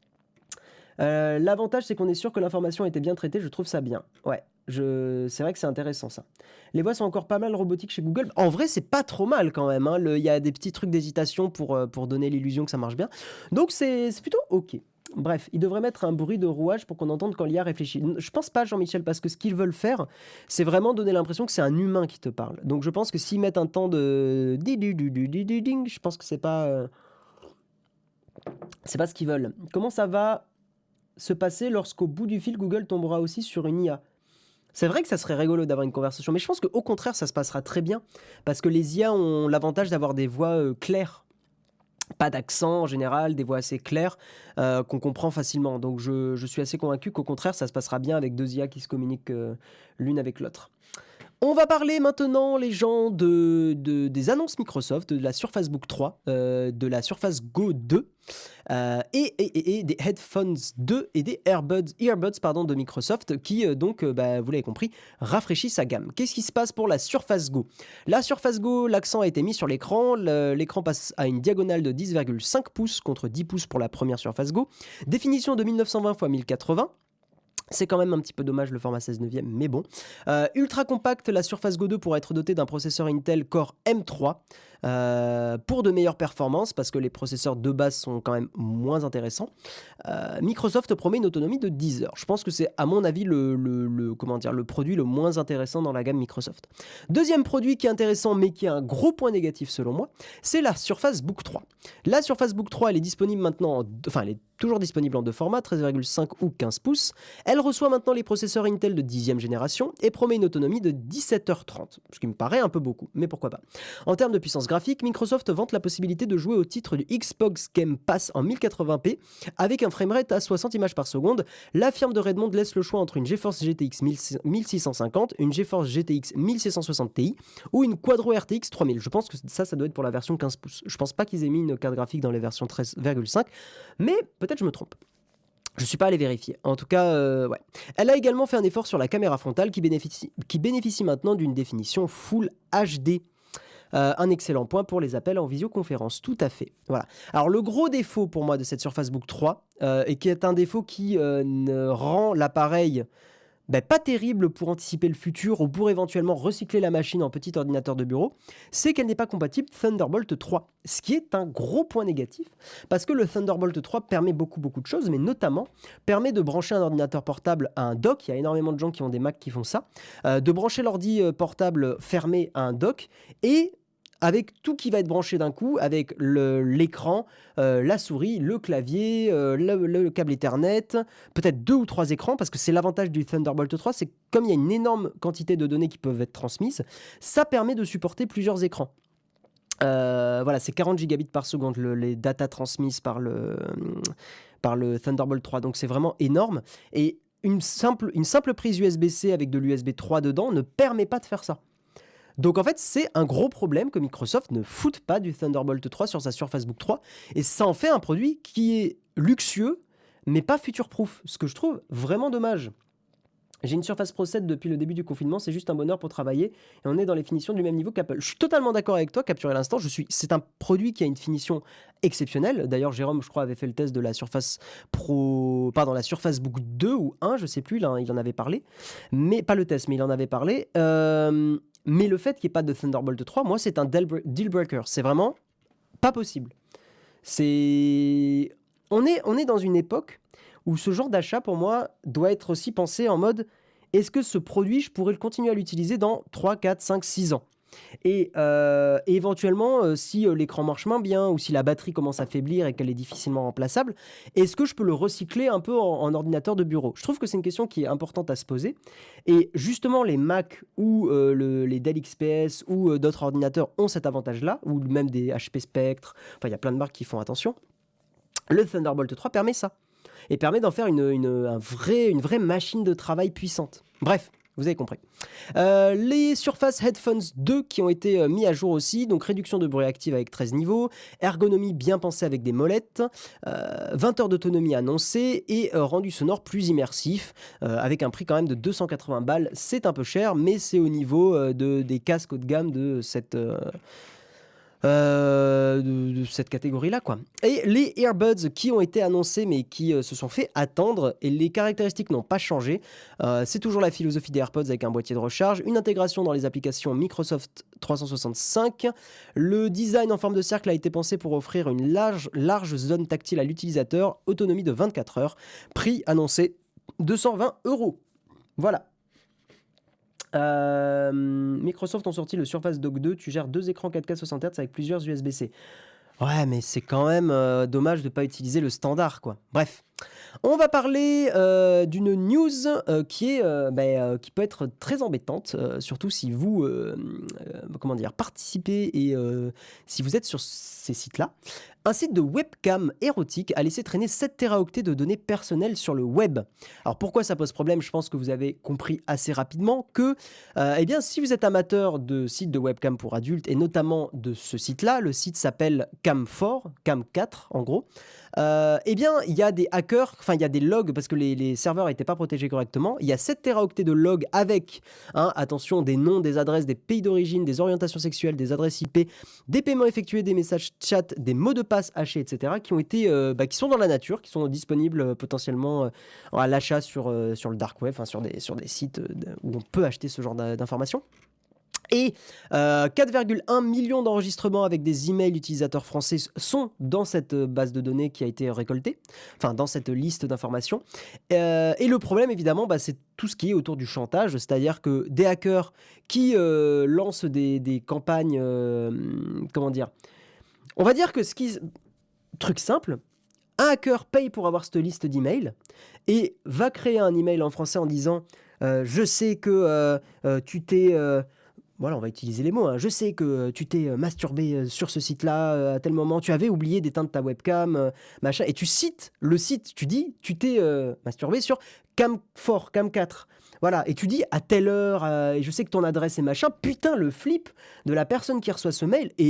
Euh, L'avantage, c'est qu'on est sûr que l'information a été bien traitée. Je trouve ça bien. Ouais, je... c'est vrai que c'est intéressant ça. Les voix sont encore pas mal robotiques chez Google. En vrai, c'est pas trop mal quand même, hein. Le- Il y a des petits trucs d'hésitation pour, euh, pour donner l'illusion que ça marche bien. Donc, c'est c'est plutôt OK. Bref, ils devraient mettre un bruit de rouage pour qu'on entende quand l'I A réfléchit. Je pense pas, Jean-Michel, parce que ce qu'ils veulent faire, c'est vraiment donner l'impression que c'est un humain qui te parle. Donc, je pense que s'ils mettent un temps de di du du du du du ding, je pense que c'est pas euh, c'est pas ce qu'ils veulent. Comment ça va se passer lorsqu'au bout du fil, Google tombera aussi sur une I A? C'est vrai que ça serait rigolo d'avoir une conversation, mais je pense qu'au contraire, ça se passera très bien, parce que les I A ont l'avantage d'avoir des voix euh, claires, pas d'accent en général, des voix assez claires euh, qu'on comprend facilement. Donc je, je suis assez convaincu qu'au contraire, ça se passera bien avec deux I A qui se communiquent euh, l'une avec l'autre. On va parler maintenant, les gens, de, de- des annonces Microsoft, de la Surface Book trois, euh, de la Surface Go deux, euh, et, et- et- et des Headphones deux et des Earbuds, Earbuds pardon, de Microsoft qui, euh, donc, euh, bah, vous l'avez compris, rafraîchissent sa gamme. Qu'est-ce qui se passe pour la Surface Go? La Surface Go, l'accent a été mis sur l'écran. Le- L'écran passe à une diagonale de dix virgule cinq pouces contre dix pouces pour la première Surface Go. Définition de mille neuf cent vingt par mille quatre-vingts. C'est quand même un petit peu dommage le format seize neuvième, mais bon. Euh, ultra compact, la Surface Go deux pourra être dotée d'un processeur Intel Core M trois euh, pour de meilleures performances, parce que les processeurs de base sont quand même moins intéressants. Euh, Microsoft promet une autonomie de dix heures. Je pense que c'est, à mon avis, le, le- le- comment dire, le produit le moins intéressant dans la gamme Microsoft. Deuxième produit qui est intéressant, mais qui a un gros point négatif selon moi, c'est la Surface Book trois. La Surface Book trois, elle est disponible maintenant, en deux- enfin, elle est toujours disponible en deux formats, treize virgule cinq ou quinze pouces. Elle reçoit maintenant les processeurs Intel de dixième génération et promet une autonomie de dix-sept heures trente, ce qui me paraît un peu beaucoup, mais pourquoi pas. En termes de puissance graphique, Microsoft vante la possibilité de jouer au titre du Xbox Game Pass en mille quatre-vingts p avec un framerate à soixante images par seconde. La firme de Redmond laisse le choix entre une GeForce G T X mille six cent cinquante, une GeForce G T X mille six cent soixante Ti ou une Quadro R T X trois mille. Je pense que ça, ça doit être pour la version quinze pouces. Je pense pas qu'ils aient mis une carte graphique dans les versions treize virgule cinq, mais peut-être je me trompe. Je suis pas allé vérifier. En tout cas, euh, ouais. Elle a également fait un effort sur la caméra frontale qui bénéficie, qui bénéficie maintenant d'une définition Full H D. Euh, un excellent point pour les appels en visioconférence, tout à fait. Voilà. Alors le gros défaut pour moi de cette Surface Book trois, euh, et qui est un défaut qui euh, ne rend l'appareil ben, pas terrible pour anticiper le futur ou pour éventuellement recycler la machine en petit ordinateur de bureau, c'est qu'elle n'est pas compatible Thunderbolt trois. Ce qui est un gros point négatif, parce que le Thunderbolt trois permet beaucoup beaucoup de choses, mais notamment permet de brancher un ordinateur portable à un dock. Il y a énormément de gens qui ont des Mac qui font ça, euh, de brancher l'ordi euh, portable fermé à un dock, et avec tout qui va être branché d'un coup, avec le- l'écran, euh, la souris, le clavier, euh, le, le câble Ethernet, peut-être deux ou trois écrans, parce que c'est l'avantage du Thunderbolt trois, c'est que comme il y a une énorme quantité de données qui peuvent être transmises, ça permet de supporter plusieurs écrans. Euh, voilà, c'est quarante gigabits par seconde, le- les datas transmises par le, par le Thunderbolt trois, donc c'est vraiment énorme. Et une simple, une simple prise U S B-C avec de l'U S B trois dedans ne permet pas de faire ça. Donc en fait, c'est un gros problème que Microsoft ne foute pas du Thunderbolt trois sur sa Surface Book trois, et ça en fait un produit qui est luxueux, mais pas future-proof, ce que je trouve vraiment dommage. J'ai une Surface Pro sept depuis le début du confinement, c'est juste un bonheur pour travailler, et on est dans les finitions du même niveau qu'Apple. Je suis totalement d'accord avec toi, capturé à l'instant, je suis... c'est un produit qui a une finition exceptionnelle. D'ailleurs, Jérôme, je crois, avait fait le test de la Surface Pro... Pardon, la Surface Book deux ou un, je sais plus, il en, il en avait parlé. Mais pas le test, mais il en avait parlé. Euh... Mais le fait qu'il n'y ait pas de Thunderbolt trois, moi, c'est un deal breaker. C'est vraiment pas possible. C'est... On est, on est dans une époque où ce genre d'achat, pour moi, doit être aussi pensé en mode est-ce que ce produit, je pourrais le continuer à l'utiliser dans trois, quatre, cinq, six ans? Et, euh, et éventuellement, euh, si euh, l'écran marche moins bien ou si la batterie commence à faiblir et qu'elle est difficilement remplaçable, est-ce que je peux le recycler un peu en, en ordinateur de bureau? Je trouve que c'est une question qui est importante à se poser. Et justement, les Mac ou euh, le, les Dell X P S ou euh, d'autres ordinateurs ont cet avantage-là, ou même des H P Spectre. Enfin, il y a plein de marques qui font attention. Le Thunderbolt trois permet ça. Et permet d'en faire une, une, un vrai, une vraie machine de travail puissante. Bref. Vous avez compris. Euh, les Surface Headphones deux qui ont été euh, mis à jour aussi, donc réduction de bruit active avec treize niveaux, ergonomie bien pensée avec des molettes, euh, vingt heures d'autonomie annoncée et euh, rendu sonore plus immersif, euh, avec un prix quand même de deux cent quatre-vingts balles. C'est un peu cher, mais c'est au niveau euh, de, des casques haut de gamme de cette... Euh, Euh, de, de cette catégorie-là, quoi. Et les earbuds qui ont été annoncés mais qui euh, se sont fait attendre, et les caractéristiques n'ont pas changé. Euh, c'est toujours la philosophie des AirPods avec un boîtier de recharge, une intégration dans les applications Microsoft trois cent soixante-cinq. Le design en forme de cercle a été pensé pour offrir une large, large zone tactile à l'utilisateur, autonomie de vingt-quatre heures, prix annoncé deux cent vingt euros. Voilà. Euh, Microsoft ont sorti le Surface Dock deux, tu gères deux écrans quatre K soixante hertz avec plusieurs U S B-C. Ouais, mais c'est quand même euh, dommage de ne pas utiliser le standard, quoi. Bref. On va parler euh, d'une news euh, qui, est, euh, bah, euh, qui peut être très embêtante, euh, surtout si vous euh, euh, comment dire, participez et euh, si vous êtes sur ces sites-là. Un site de webcam érotique a laissé traîner sept téraoctets de données personnelles sur le web. Alors pourquoi ça pose problème? Je pense que vous avez compris assez rapidement que euh, eh bien, si vous êtes amateur de sites de webcam pour adultes, et notamment de ce site-là, le site s'appelle Cam quatre, Cam quatre en gros, euh, eh bien il y a des hackers, enfin il y a des logs parce que les, les serveurs n'étaient pas protégés correctement. Il y a sept téraoctets de logs avec, hein, attention, des noms, des adresses, des pays d'origine, des orientations sexuelles, des adresses I P, des paiements effectués, des messages chat, des mots de passe hachés, et cetera, qui ont été, euh, bah, qui sont dans la nature, qui sont disponibles euh, potentiellement euh, à l'achat sur, euh, sur le dark web, enfin sur des, sur des sites euh, où on peut acheter ce genre d'informations. Et euh, quatre virgule un millions d'enregistrements avec des emails utilisateurs français sont dans cette base de données qui a été récoltée, enfin dans cette liste d'informations. Euh, et le problème, évidemment, bah, c'est tout ce qui est autour du chantage, c'est-à-dire que des hackers qui euh, lancent des, des campagnes, euh, comment dire, on va dire que ce qui... Truc simple, un hacker paye pour avoir cette liste d'emails et va créer un email en français en disant euh, « Je sais que euh, euh, tu t'es... Euh, » Voilà, on va utiliser les mots. Hein. Je sais que tu t'es masturbé sur ce site-là à tel moment, tu avais oublié d'éteindre ta webcam, machin. Et tu cites le site, tu dis, tu t'es euh, masturbé sur Cam quatre, Cam quatre. Voilà, et tu dis à telle heure, euh, et je sais que ton adresse est machin. Putain, le flip de la personne qui reçoit ce mail est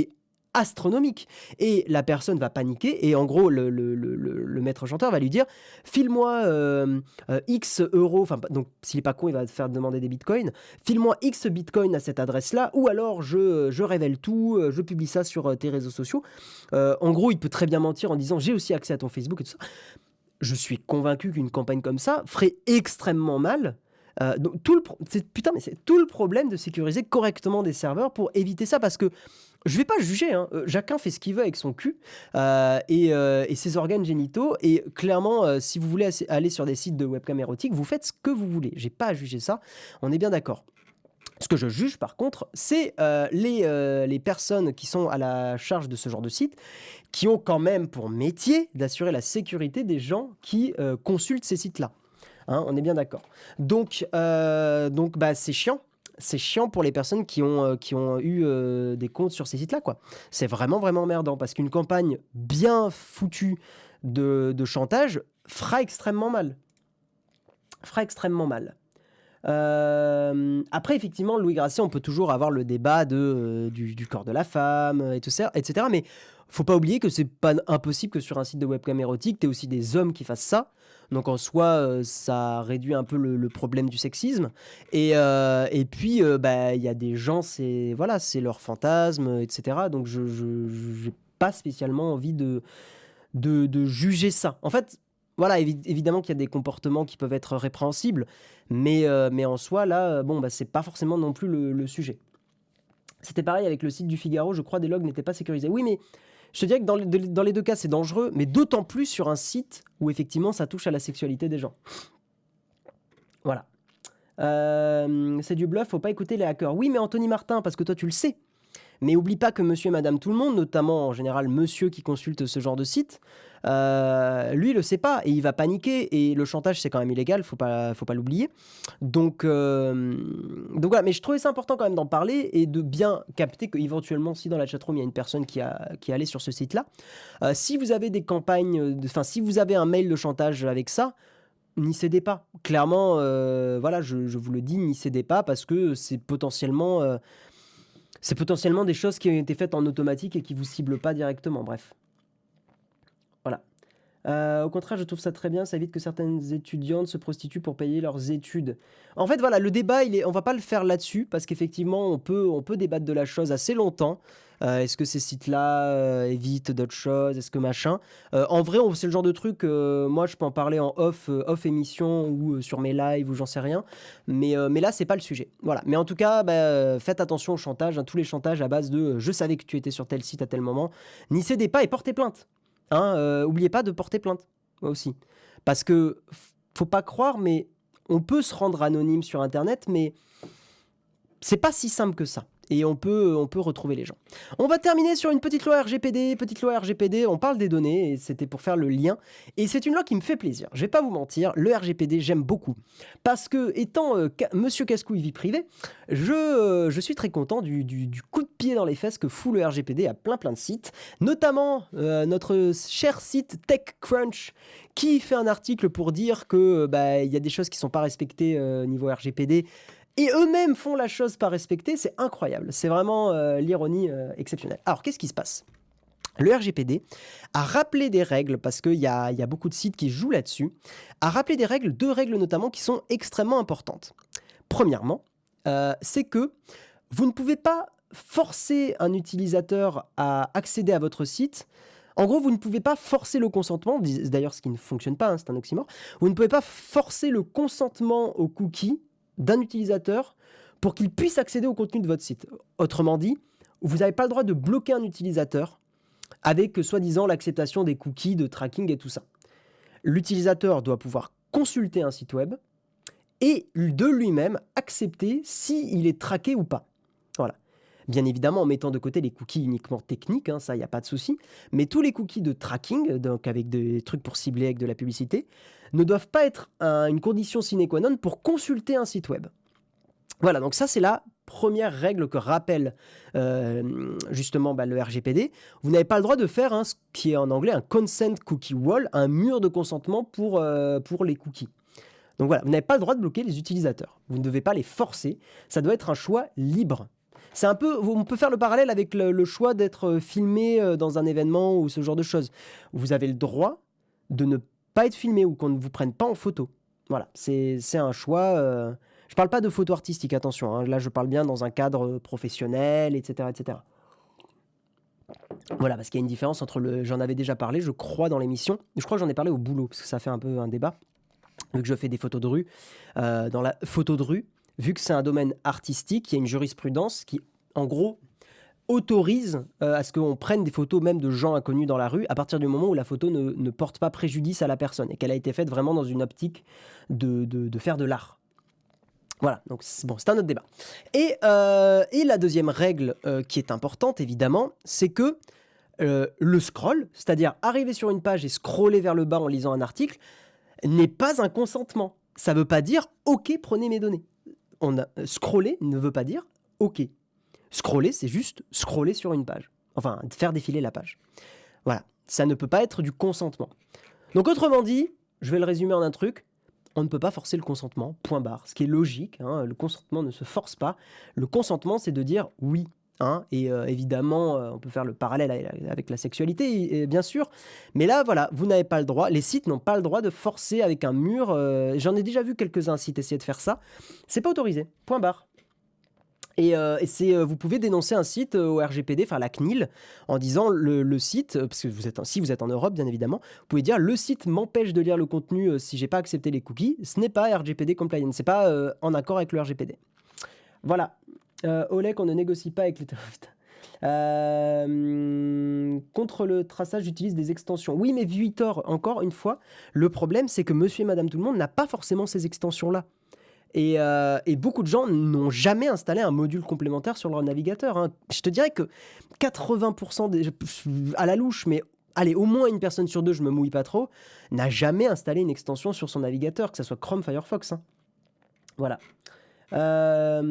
astronomique. Et la personne va paniquer et en gros, le, le, le, le maître chanteur va lui dire « File-moi euh, euh, X euros, enfin donc s'il n'est pas con, il va te faire demander des bitcoins, file-moi X bitcoins à cette adresse-là ou alors je, je révèle tout, je publie ça sur tes réseaux sociaux. Euh, » En gros, il peut très bien mentir en disant « J'ai aussi accès à ton Facebook et tout ça. » Je suis convaincu qu'une campagne comme ça ferait extrêmement mal. Euh, donc tout le pro- c'est, putain, mais c'est tout le problème de sécuriser correctement des serveurs pour éviter ça, parce que je vais pas juger, hein. Euh, chacun fait ce qu'il veut avec son cul euh, et, euh, et ses organes génitaux, et clairement euh, si vous voulez as- aller sur des sites de webcam érotique, vous faites ce que vous voulez, j'ai pas à juger ça, on est bien d'accord. Ce que je juge par contre, c'est euh, les, euh, les personnes qui sont à la charge de ce genre de site, qui ont quand même pour métier d'assurer la sécurité des gens qui euh, consultent ces sites-là. Hein, on est bien d'accord. Donc, euh, donc bah, c'est chiant. C'est chiant pour les personnes qui ont, euh, qui ont eu euh, des comptes sur ces sites-là, quoi. C'est vraiment, vraiment emmerdant, parce qu'une campagne bien foutue de, de chantage fera extrêmement mal. Fera extrêmement mal. Euh, après, effectivement, Louis Grasset, on peut toujours avoir le débat de, euh, du, du corps de la femme, et tout ça, et cetera. Mais faut pas oublier que c'est pas impossible que sur un site de webcam érotique, tu aies aussi des hommes qui fassent ça. Donc en soi, euh, ça réduit un peu le, le problème du sexisme. Et, euh, et puis, euh, bah, il y a des gens, c'est voilà, c'est leur fantasme, et cetera. Donc je n'ai pas spécialement envie de, de, de juger ça. En fait, voilà, évi- évidemment qu'il y a des comportements qui peuvent être répréhensibles, mais, euh, mais en soi, là, euh, bon, bah, c'est pas forcément non plus le, le sujet. C'était pareil avec le site du Figaro, je crois, des logs n'étaient pas sécurisés. Oui, mais je te dirais que dans les, de- dans les deux cas, c'est dangereux, mais d'autant plus sur un site où effectivement ça touche à la sexualité des gens. Voilà. Euh, c'est du bluff, faut pas écouter les hackers. Oui, mais Anthony Martin, parce que toi tu le sais. Mais oublie pas que monsieur et madame tout le monde, notamment en général monsieur qui consulte ce genre de site, euh, lui il le sait pas et il va paniquer, et le chantage c'est quand même illégal, faut pas, faut pas l'oublier. Donc, euh, donc voilà, mais je trouvais ça important quand même d'en parler et de bien capter qu'éventuellement si dans la chatroom il y a une personne qui, a, qui est allée sur ce site-là, euh, si vous avez des campagnes, enfin si vous avez un mail de chantage avec ça, n'y cédez pas. Clairement, euh, voilà, je, je vous le dis, n'y cédez pas, parce que c'est potentiellement... euh, c'est potentiellement des choses qui ont été faites en automatique et qui vous ciblent pas directement. Bref. Voilà. Euh, au contraire, je trouve ça très bien. Ça évite que certaines étudiantes se prostituent pour payer leurs études. En fait, voilà, le débat, il est, on va pas le faire là-dessus, parce qu'effectivement, on peut, on peut débattre de la chose assez longtemps. Euh, est-ce que ces sites-là euh, évitent d'autres choses? Est-ce que machin? Euh, En vrai, on- c'est le genre de truc, euh, moi, je peux en parler en off, euh, off émission ou euh, sur mes lives ou j'en sais rien. Mais, euh, mais là, c'est pas le sujet. Voilà. Mais en tout cas, bah, euh, faites attention au chantage, hein, tous les chantages à base de euh, je savais que tu étais sur tel site à tel moment. N'y cédez pas et portez plainte. Hein, euh, oubliez pas de porter plainte aussi. Parce que f- faut pas croire, mais on peut se rendre anonyme sur Internet, mais c'est pas si simple que ça. Et on peut, on peut retrouver les gens. On va terminer sur une petite loi R G P D. Petite loi R G P D, on parle des données, et c'était pour faire le lien. Et c'est une loi qui me fait plaisir. Je vais pas vous mentir, le R G P D, j'aime beaucoup. Parce que, étant euh, ca- Monsieur Cascouille vie privée, je, euh, je suis très content du, du- du coup de pied dans les fesses que fout le R G P D à plein plein de sites. Notamment euh, notre cher site TechCrunch, qui fait un article pour dire que euh, bah, il y a des choses qui sont pas respectées euh, niveau R G P D. Et eux-mêmes font la chose pas respectée, c'est incroyable. C'est vraiment euh, l'ironie euh, exceptionnelle. Alors, qu'est-ce qui se passe? Le R G P D a rappelé des règles, parce qu'il y a, il y a beaucoup de sites qui jouent là-dessus, a rappelé des règles, deux règles notamment, qui sont extrêmement importantes. Premièrement, euh, c'est que vous ne pouvez pas forcer un utilisateur à accéder à votre site. En gros, vous ne pouvez pas forcer le consentement, dis- d'ailleurs ce qui ne fonctionne pas, hein, c'est un oxymore, vous ne pouvez pas forcer le consentement aux cookies d'un utilisateur pour qu'il puisse accéder au contenu de votre site. Autrement dit, vous n'avez pas le droit de bloquer un utilisateur avec, euh, soi-disant, l'acceptation des cookies, de tracking et tout ça. L'utilisateur doit pouvoir consulter un site web et de lui-même accepter s'il est traqué ou pas. Voilà. Bien évidemment, en mettant de côté les cookies uniquement techniques, hein, ça, il n'y a pas de souci. Mais tous les cookies de tracking, donc avec des trucs pour cibler avec de la publicité, ne doivent pas être un- une condition sine qua non pour consulter un site web. Voilà, donc ça, c'est la première règle que rappelle euh, justement bah, le R G P D. Vous n'avez pas le droit de faire hein, ce qui est en anglais un consent cookie wall, un mur de consentement pour, euh, pour les cookies. Donc voilà, vous n'avez pas le droit de bloquer les utilisateurs. Vous ne devez pas les forcer. Ça doit être un choix libre. C'est un peu, on peut faire le parallèle avec le, le choix d'être filmé euh, dans un événement ou ce genre de choses. Vous avez le droit de ne pas être filmé ou qu'on ne vous prenne pas en photo. Voilà, c'est c'est un choix. euh, Je parle pas de photo artistique, attention. hein. Là, je parle bien dans un cadre professionnel, et cetera, et cetera. Voilà, parce qu'il y a une différence entre le. J'en avais déjà parlé, je crois, dans l'émission. Je crois que j'en ai parlé au boulot, parce que ça fait un peu un débat. Vu que je fais des photos de rue. Euh, dans la photo de rue, vu que c'est un domaine artistique, il y a une jurisprudence qui, en gros, autorise euh, à ce qu'on prenne des photos même de gens inconnus dans la rue à partir du moment où la photo ne, ne porte pas préjudice à la personne et qu'elle a été faite vraiment dans une optique de, de, de faire de l'art. Voilà, donc c'est, bon, c'est un autre débat. Et, euh, et la deuxième règle euh, qui est importante, évidemment, c'est que euh, le scroll, c'est-à-dire arriver sur une page et scroller vers le bas en lisant un article, n'est pas un consentement. Ça ne veut pas dire « Ok, prenez mes données ». On a, scroller ne veut pas dire « Ok ». Scroller, c'est juste scroller sur une page. Enfin, faire défiler la page. Voilà, ça ne peut pas être du consentement. Donc autrement dit, je vais le résumer en un truc, on ne peut pas forcer le consentement, point barre. Ce qui est logique, hein, le consentement ne se force pas. Le consentement, c'est de dire oui. Hein, et euh, évidemment, euh, on peut faire le parallèle avec la sexualité, et, bien sûr. Mais là, voilà, vous n'avez pas le droit, les sites n'ont pas le droit de forcer avec un mur. Euh, j'en ai déjà vu quelques-uns sites essayer de faire ça. C'est pas autorisé, point barre. Et, euh, et c'est, euh, vous pouvez dénoncer un site euh, au R G P D, enfin la C N I L, en disant le, le site, euh, parce que vous êtes, si vous êtes en Europe, bien évidemment, vous pouvez dire le site m'empêche de lire le contenu euh, si j'ai pas accepté les cookies. Ce n'est pas R G P D compliant, c'est pas euh, en accord avec le R G P D. Voilà. Euh, Olek, on ne négocie pas avec les terroristes. Euh, contre le traçage, j'utilise des extensions. Oui, mais Vitor, encore une fois, le problème, c'est que Monsieur et Madame Tout le Monde n'a pas forcément ces extensions-là. Et, euh, et beaucoup de gens n'ont jamais installé un module complémentaire sur leur navigateur. Hein. Je te dirais que quatre-vingts pour cent des, à la louche, mais allez, au moins une personne sur deux, je me mouille pas trop, n'a jamais installé une extension sur son navigateur, que ce soit Chrome, Firefox. Hein. Voilà. Euh,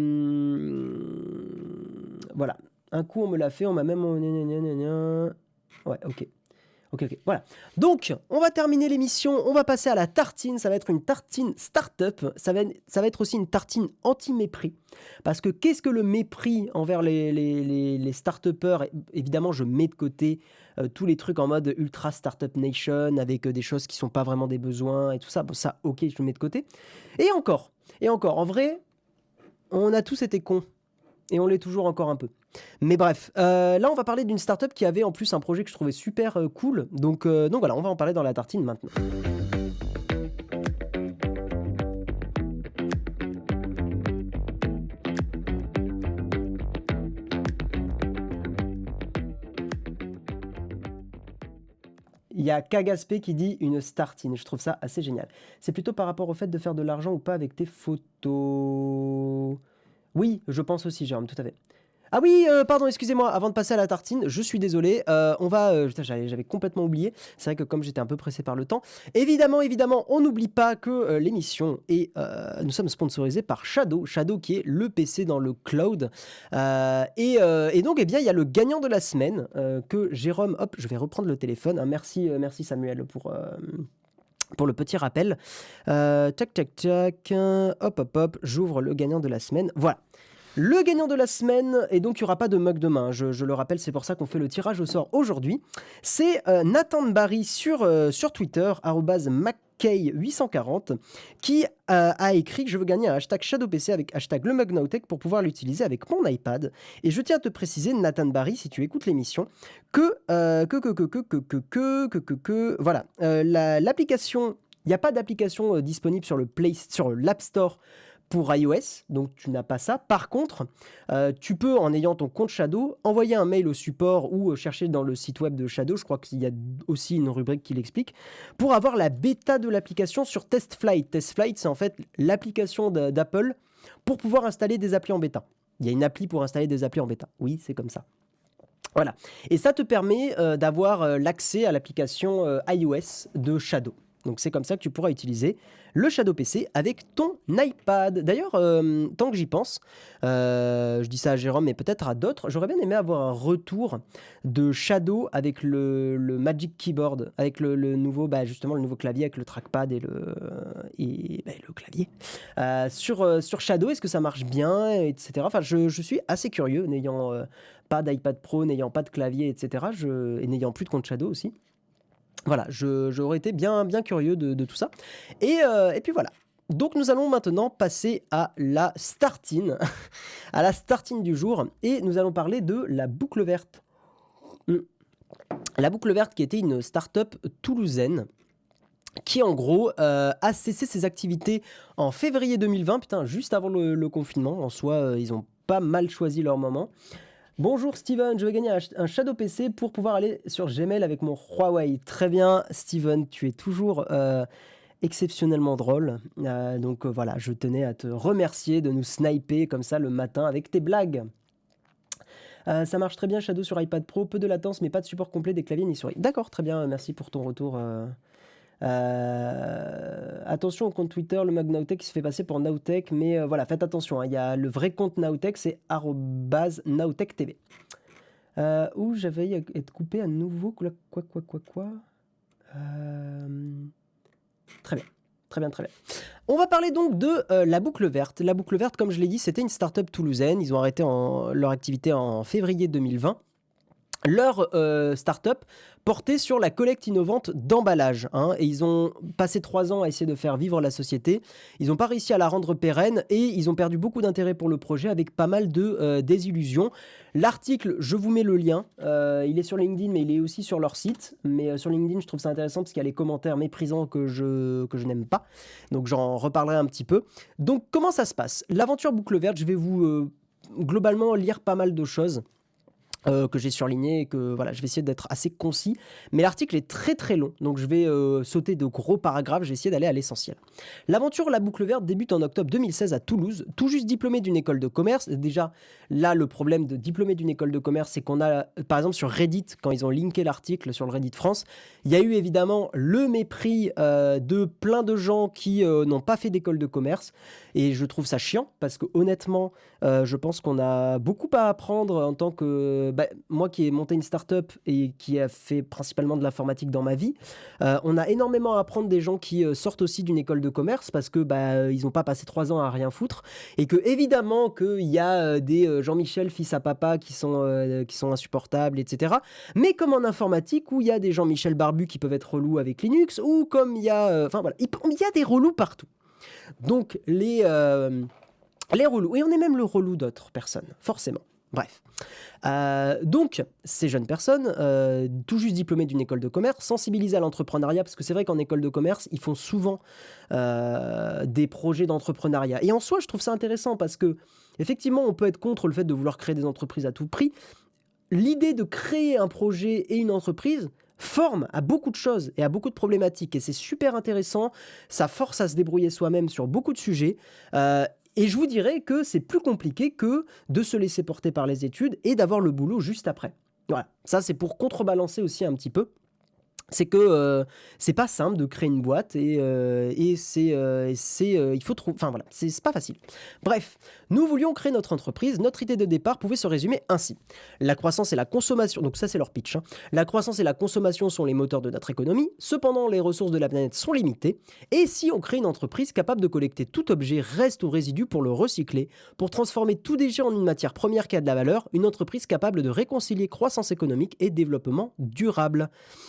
voilà. Un coup, on me l'a fait, on m'a même... Ouais, ok. Ok, ok, voilà. Donc, on va terminer l'émission, on va passer à la tartine. Ça va être une tartine start-up, ça va, ça va être aussi une tartine anti-mépris. Parce que qu'est-ce que le mépris envers les, les, les, les start-upers? Évidemment, je mets de côté euh, tous les trucs en mode ultra start-up nation, avec euh, des choses qui ne sont pas vraiment des besoins et tout ça. Bon, ça, ok, je le mets de côté. Et encore, et encore, en vrai, on a tous été cons. Et on l'est toujours encore un peu. Mais bref, euh, là on va parler d'une startup qui avait en plus un projet que je trouvais super euh, cool. Donc, euh, donc voilà, on va en parler dans la tartine maintenant. Il y a Kagaspé qui dit une startine. Je trouve ça assez génial. C'est plutôt par rapport au fait de faire de l'argent ou pas avec tes photos. Oui, je pense aussi, Jérôme, tout à fait. Ah oui, euh, pardon, excusez-moi, avant de passer à la tartine, je suis désolé, euh, on va, euh, putain, j'avais, j'avais complètement oublié, c'est vrai que comme j'étais un peu pressé par le temps, évidemment, évidemment, on n'oublie pas que euh, l'émission est, euh, nous sommes sponsorisés par Shadow, Shadow qui est le P C dans le cloud, euh, et, euh, et donc, eh bien, il y a le gagnant de la semaine, euh, que Jérôme, hop, je vais reprendre le téléphone, hein, merci, euh, merci Samuel pour... Euh, Pour le petit rappel, euh, tac tac tac, hop hop hop, j'ouvre le gagnant de la semaine, voilà. Le gagnant de la semaine, et donc il n'y aura pas de mug demain, je, je le rappelle, c'est pour ça qu'on fait le tirage au sort aujourd'hui. C'est euh, Nathan Barry sur, euh, sur Twitter, arobase mackay huit cent quarante, qui euh, a écrit que je veux gagner un hashtag ShadowPC avec hashtag le mug Nowtech pour pouvoir l'utiliser avec mon iPad. Et je tiens à te préciser, Nathan Barry, si tu écoutes l'émission, que, euh, que, que, que, que, que, que, que, que, que, que, voilà, euh, la, l'application, il n'y a pas d'application euh, disponible sur le Play, sur l'App Store pour iOS, donc tu n'as pas ça. Par contre, euh, tu peux, en ayant ton compte Shadow, envoyer un mail au support ou euh, chercher dans le site web de Shadow, je crois qu'il y a aussi une rubrique qui l'explique, pour avoir la bêta de l'application sur TestFlight. TestFlight, c'est en fait l'application d'Apple pour pouvoir installer des applis en bêta. Il y a une appli pour installer des applis en bêta. Oui, c'est comme ça. Voilà. Et ça te permet euh, d'avoir euh, l'accès à l'application euh, iOS de Shadow. Donc c'est comme ça que tu pourras utiliser le Shadow P C avec ton iPad. D'ailleurs, euh, tant que j'y pense, euh, je dis ça à Jérôme, mais peut-être à d'autres, j'aurais bien aimé avoir un retour de Shadow avec le, le Magic Keyboard, avec le, le nouveau, bah, justement le nouveau clavier avec le trackpad et le, et, bah, le clavier. Euh, sur, euh, sur Shadow, est-ce que ça marche bien, et cetera. Enfin, je, je suis assez curieux, n'ayant euh, pas d'iPad Pro, n'ayant pas de clavier, et cetera. Je, et n'ayant plus de compte Shadow aussi. Voilà, je- j'aurais été bien, bien curieux de, de tout ça. Et, euh, et puis voilà. Donc nous allons maintenant passer à la startine, à la startine du jour, et nous allons parler de la boucle verte. Hmm. La boucle verte qui était une start-up toulousaine, qui en gros euh, a cessé ses activités en février deux mille vingt, putain, juste avant le, le confinement. En soi, euh, ils ont pas mal choisi leur moment. Bonjour Steven, je vais gagner un, un Shadow P C pour pouvoir aller sur Gmail avec mon Huawei. Très bien Steven, tu es toujours euh, exceptionnellement drôle. Euh, donc euh, voilà, je tenais à te remercier de nous sniper comme ça le matin avec tes blagues. Euh, ça marche très bien Shadow sur iPad Pro, peu de latence mais pas de support complet des claviers ni souris. D'accord, très bien, merci pour ton retour. Euh... Euh, attention au compte Twitter, le mug Nowtech qui se fait passer pour Nowtech, mais euh, voilà, faites attention, hein, il y a le vrai compte Nowtech, c'est arobase Nowtech T V. Euh, où j'avais être coupé à nouveau, quoi, quoi, quoi, quoi, quoi. Euh, Très bien, très bien, très bien. On va parler donc de euh, la boucle verte. La boucle verte, comme je l'ai dit, c'était une start-up toulousaine. Ils ont arrêté en, leur activité en février deux mille vingt. Leur euh, start-up portait sur la collecte innovante d'emballage. Hein, et ils ont passé trois ans à essayer de faire vivre la société. Ils n'ont pas réussi à la rendre pérenne et ils ont perdu beaucoup d'intérêt pour le projet avec pas mal de euh, désillusions. L'article, je vous mets le lien. Euh, il est sur LinkedIn, mais il est aussi sur leur site. Mais euh, sur LinkedIn, je trouve ça intéressant parce qu'il y a les commentaires méprisants que je, que je n'aime pas. Donc j'en reparlerai un petit peu. Donc comment ça se passe? L'aventure boucle verte, je vais vous euh, globalement lire pas mal de choses. Euh, que j'ai surligné et que voilà, je vais essayer d'être assez concis. Mais l'article est très très long, donc je vais euh, sauter de gros paragraphes, je vais essayer d'aller à l'essentiel. L'aventure La Boucle Verte débute en octobre deux mille seize à Toulouse, tout juste diplômé d'une école de commerce. Déjà, là, le problème de diplômé d'une école de commerce, c'est qu'on a, par exemple, sur Reddit, quand ils ont linké l'article sur le Reddit France, il y a eu évidemment le mépris euh, de plein de gens qui euh, n'ont pas fait d'école de commerce. Et je trouve ça chiant, parce que honnêtement, euh, je pense qu'on a beaucoup à apprendre en tant que... Bah, moi qui ai monté une start-up et qui a fait principalement de l'informatique dans ma vie, euh, on a énormément à apprendre des gens qui euh, sortent aussi d'une école de commerce parce que bah, ils n'ont pas passé trois ans à rien foutre et que évidemment qu'il y a euh, des euh, Jean-Michel fils à papa qui sont, euh, qui sont insupportables, et cetera. Mais comme en informatique où il y a des Jean-Michel barbus qui peuvent être relous avec Linux ou comme il y a... Enfin euh, voilà, il y a des relous partout. Donc les, euh, les relous, et on est même le relou d'autres personnes, forcément. Bref. Euh, donc, ces jeunes personnes, euh, tout juste diplômées d'une école de commerce, sensibilisées à l'entrepreneuriat, parce que c'est vrai qu'en école de commerce, ils font souvent euh, des projets d'entrepreneuriat. Et en soi, je trouve ça intéressant parce que, effectivement, on peut être contre le fait de vouloir créer des entreprises à tout prix. L'idée de créer un projet et une entreprise forme à beaucoup de choses et à beaucoup de problématiques. Et c'est super intéressant. Ça force à se débrouiller soi-même sur beaucoup de sujets. Euh, Et je vous dirais que c'est plus compliqué que de se laisser porter par les études et d'avoir le boulot juste après. Voilà, ça c'est pour contrebalancer aussi un petit peu. C'est que euh, c'est pas simple de créer une boîte et, euh, et c'est, euh, c'est euh, il faut trouver, enfin voilà, c'est, c'est pas facile. Bref, nous voulions créer notre entreprise. Notre idée de départ pouvait se résumer ainsi: la croissance et la consommation. Donc ça c'est leur pitch. Hein. La croissance et la consommation sont les moteurs de notre économie. Cependant, les ressources de la planète sont limitées. Et si on crée une entreprise capable de collecter tout objet, reste ou résidu pour le recycler, pour transformer tout déchet en une matière première qui a de la valeur, une entreprise capable de réconcilier croissance économique et développement durable.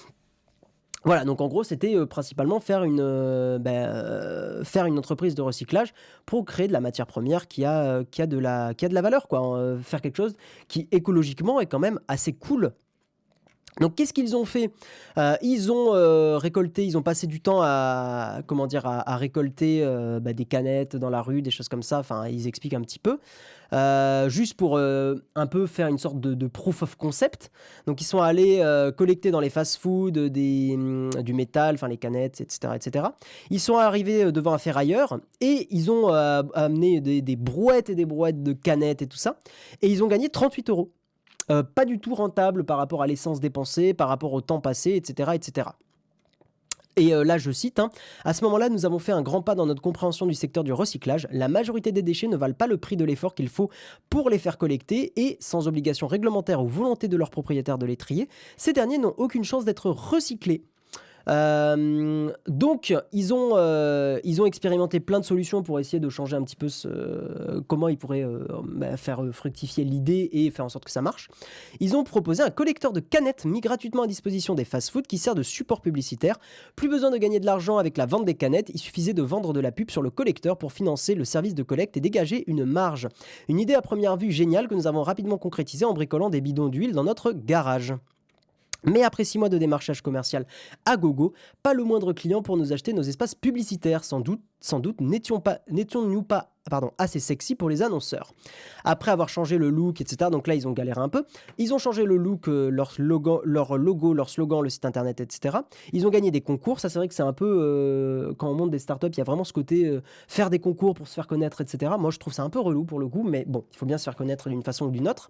Voilà, donc en gros, c'était euh, principalement faire une, euh, ben, euh, faire une entreprise de recyclage pour créer de la matière première qui a, euh, qui a, de, la, qui a de la valeur, quoi. Hein, euh, faire quelque chose qui, écologiquement, est quand même assez cool. Donc, qu'est-ce qu'ils ont fait? euh, Ils ont euh, récolté, ils ont passé du temps à, comment dire, à, à récolter euh, bah, des canettes dans la rue, des choses comme ça. Enfin, ils expliquent un petit peu. Euh, juste pour euh, un peu faire une sorte de, de proof of concept. Donc, ils sont allés euh, collecter dans les fast-foods des, mm, du métal, enfin les canettes, et cetera, et cetera. Ils sont arrivés devant un ferrailleur et ils ont euh, amené des, des brouettes et des brouettes de canettes et tout ça. Et ils ont gagné trente-huit euros. Euh, pas du tout rentable par rapport à l'essence dépensée, par rapport au temps passé, et cetera, et cetera. Et euh, là, je cite, hein, à ce moment-là, nous avons fait un grand pas dans notre compréhension du secteur du recyclage. La majorité des déchets ne valent pas le prix de l'effort qu'il faut pour les faire collecter et, sans obligation réglementaire ou volonté de leurs propriétaires de les trier, ces derniers n'ont aucune chance d'être recyclés. Euh, donc, ils ont, euh, ils ont expérimenté plein de solutions pour essayer de changer un petit peu ce, comment ils pourraient euh, bah, faire fructifier l'idée et faire en sorte que ça marche. Ils ont proposé un collecteur de canettes mis gratuitement à disposition des fast-food qui sert de support publicitaire. Plus besoin de gagner de l'argent avec la vente des canettes, il suffisait de vendre de la pub sur le collecteur pour financer le service de collecte et dégager une marge. Une idée à première vue géniale que nous avons rapidement concrétisée en bricolant des bidons d'huile dans notre garage. Mais après six mois de démarchage commercial à gogo, pas le moindre client pour nous acheter nos espaces publicitaires. Sans doute, sans doute n'étions pas, n'étions-nous pas pardon, assez sexy pour les annonceurs. Après avoir changé le look, et cetera, donc là ils ont galéré un peu, ils ont changé le look, euh, leur, logo, leur logo, leur slogan, le site internet, et cetera. Ils ont gagné des concours, ça c'est vrai que c'est un peu, euh, quand on monte des startups, il y a vraiment ce côté euh, faire des concours pour se faire connaître, et cetera. Moi je trouve ça un peu relou pour le coup, mais bon, il faut bien se faire connaître d'une façon ou d'une autre.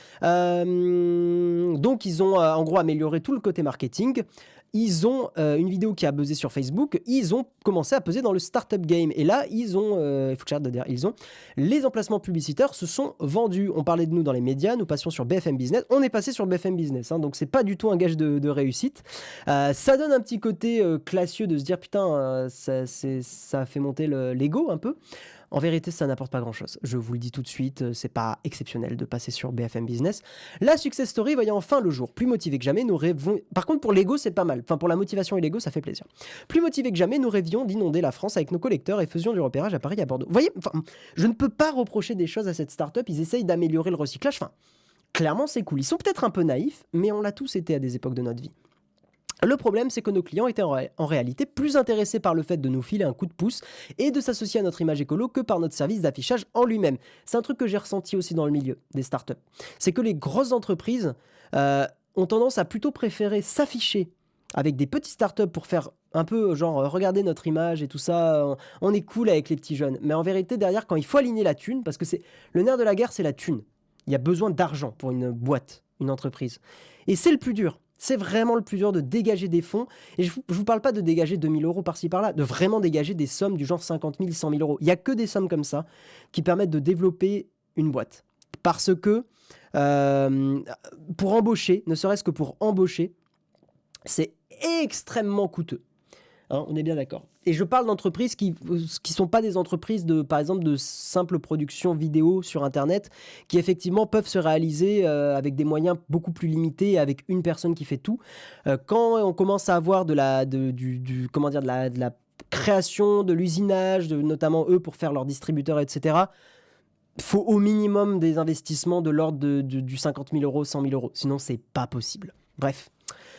Euh, donc ils ont euh, en gros amélioré tout le côté marketing. Ils ont euh, une vidéo qui a buzzé sur Facebook. Ils ont commencé à peser dans le startup game. Et là, ils ont, euh, il faut que j'arrête de dire, ils ont, les emplacements publicitaires se sont vendus. On parlait de nous dans les médias, nous passions sur B F M Business. On est passé sur B F M Business, hein, donc c'est pas du tout un gage de, de réussite. Euh, ça donne un petit côté euh, classieux de se dire putain, euh, ça, c'est, ça a fait monter le, l'ego un peu. En vérité, ça n'apporte pas grand-chose. Je vous le dis tout de suite, c'est pas exceptionnel de passer sur B F M Business. La success story voyant enfin le jour. Plus motivé que jamais, nous rêvons... Par contre, pour l'ego, c'est pas mal. Enfin, pour la motivation et l'ego, ça fait plaisir. Plus motivé que jamais, nous rêvions d'inonder la France avec nos collecteurs et faisions du repérage à Paris et à Bordeaux. Vous voyez, enfin, je ne peux pas reprocher des choses à cette start-up. Ils essayent d'améliorer le recyclage. Enfin, clairement, c'est cool. Ils sont peut-être un peu naïfs, mais on l'a tous été à des époques de notre vie. Le problème, c'est que nos clients étaient en, ré- en réalité plus intéressés par le fait de nous filer un coup de pouce et de s'associer à notre image écolo que par notre service d'affichage en lui-même. C'est un truc que j'ai ressenti aussi dans le milieu des startups. C'est que les grosses entreprises euh, ont tendance à plutôt préférer s'afficher avec des petites startups pour faire un peu genre euh, regardez notre image et tout ça, on, on est cool avec les petits jeunes. Mais en vérité, derrière, quand il faut aligner la thune, parce que c'est le nerf de la guerre, c'est la thune. Il y a besoin d'argent pour une boîte, une entreprise. Et c'est le plus dur. C'est vraiment le plus dur de dégager des fonds. Et je ne vous parle pas de dégager deux mille euros par-ci par-là, de vraiment dégager des sommes du genre cinquante mille, cent mille euros. Il n'y a que des sommes comme ça qui permettent de développer une boîte. Parce que euh, pour embaucher, ne serait-ce que pour embaucher, c'est extrêmement coûteux. Hein, on est bien d'accord. Et je parle d'entreprises qui ne sont pas des entreprises, de, par exemple, de simple production vidéo sur Internet, qui effectivement peuvent se réaliser euh, avec des moyens beaucoup plus limités, avec une personne qui fait tout. Euh, quand on commence à avoir de la, de, du, du, comment dire, de la, de la création, de l'usinage, de, notamment eux pour faire leurs distributeurs, et cetera, il faut au minimum des investissements de l'ordre de, de, du cinquante mille euros, cent mille euros. Sinon, c'est pas possible. Bref.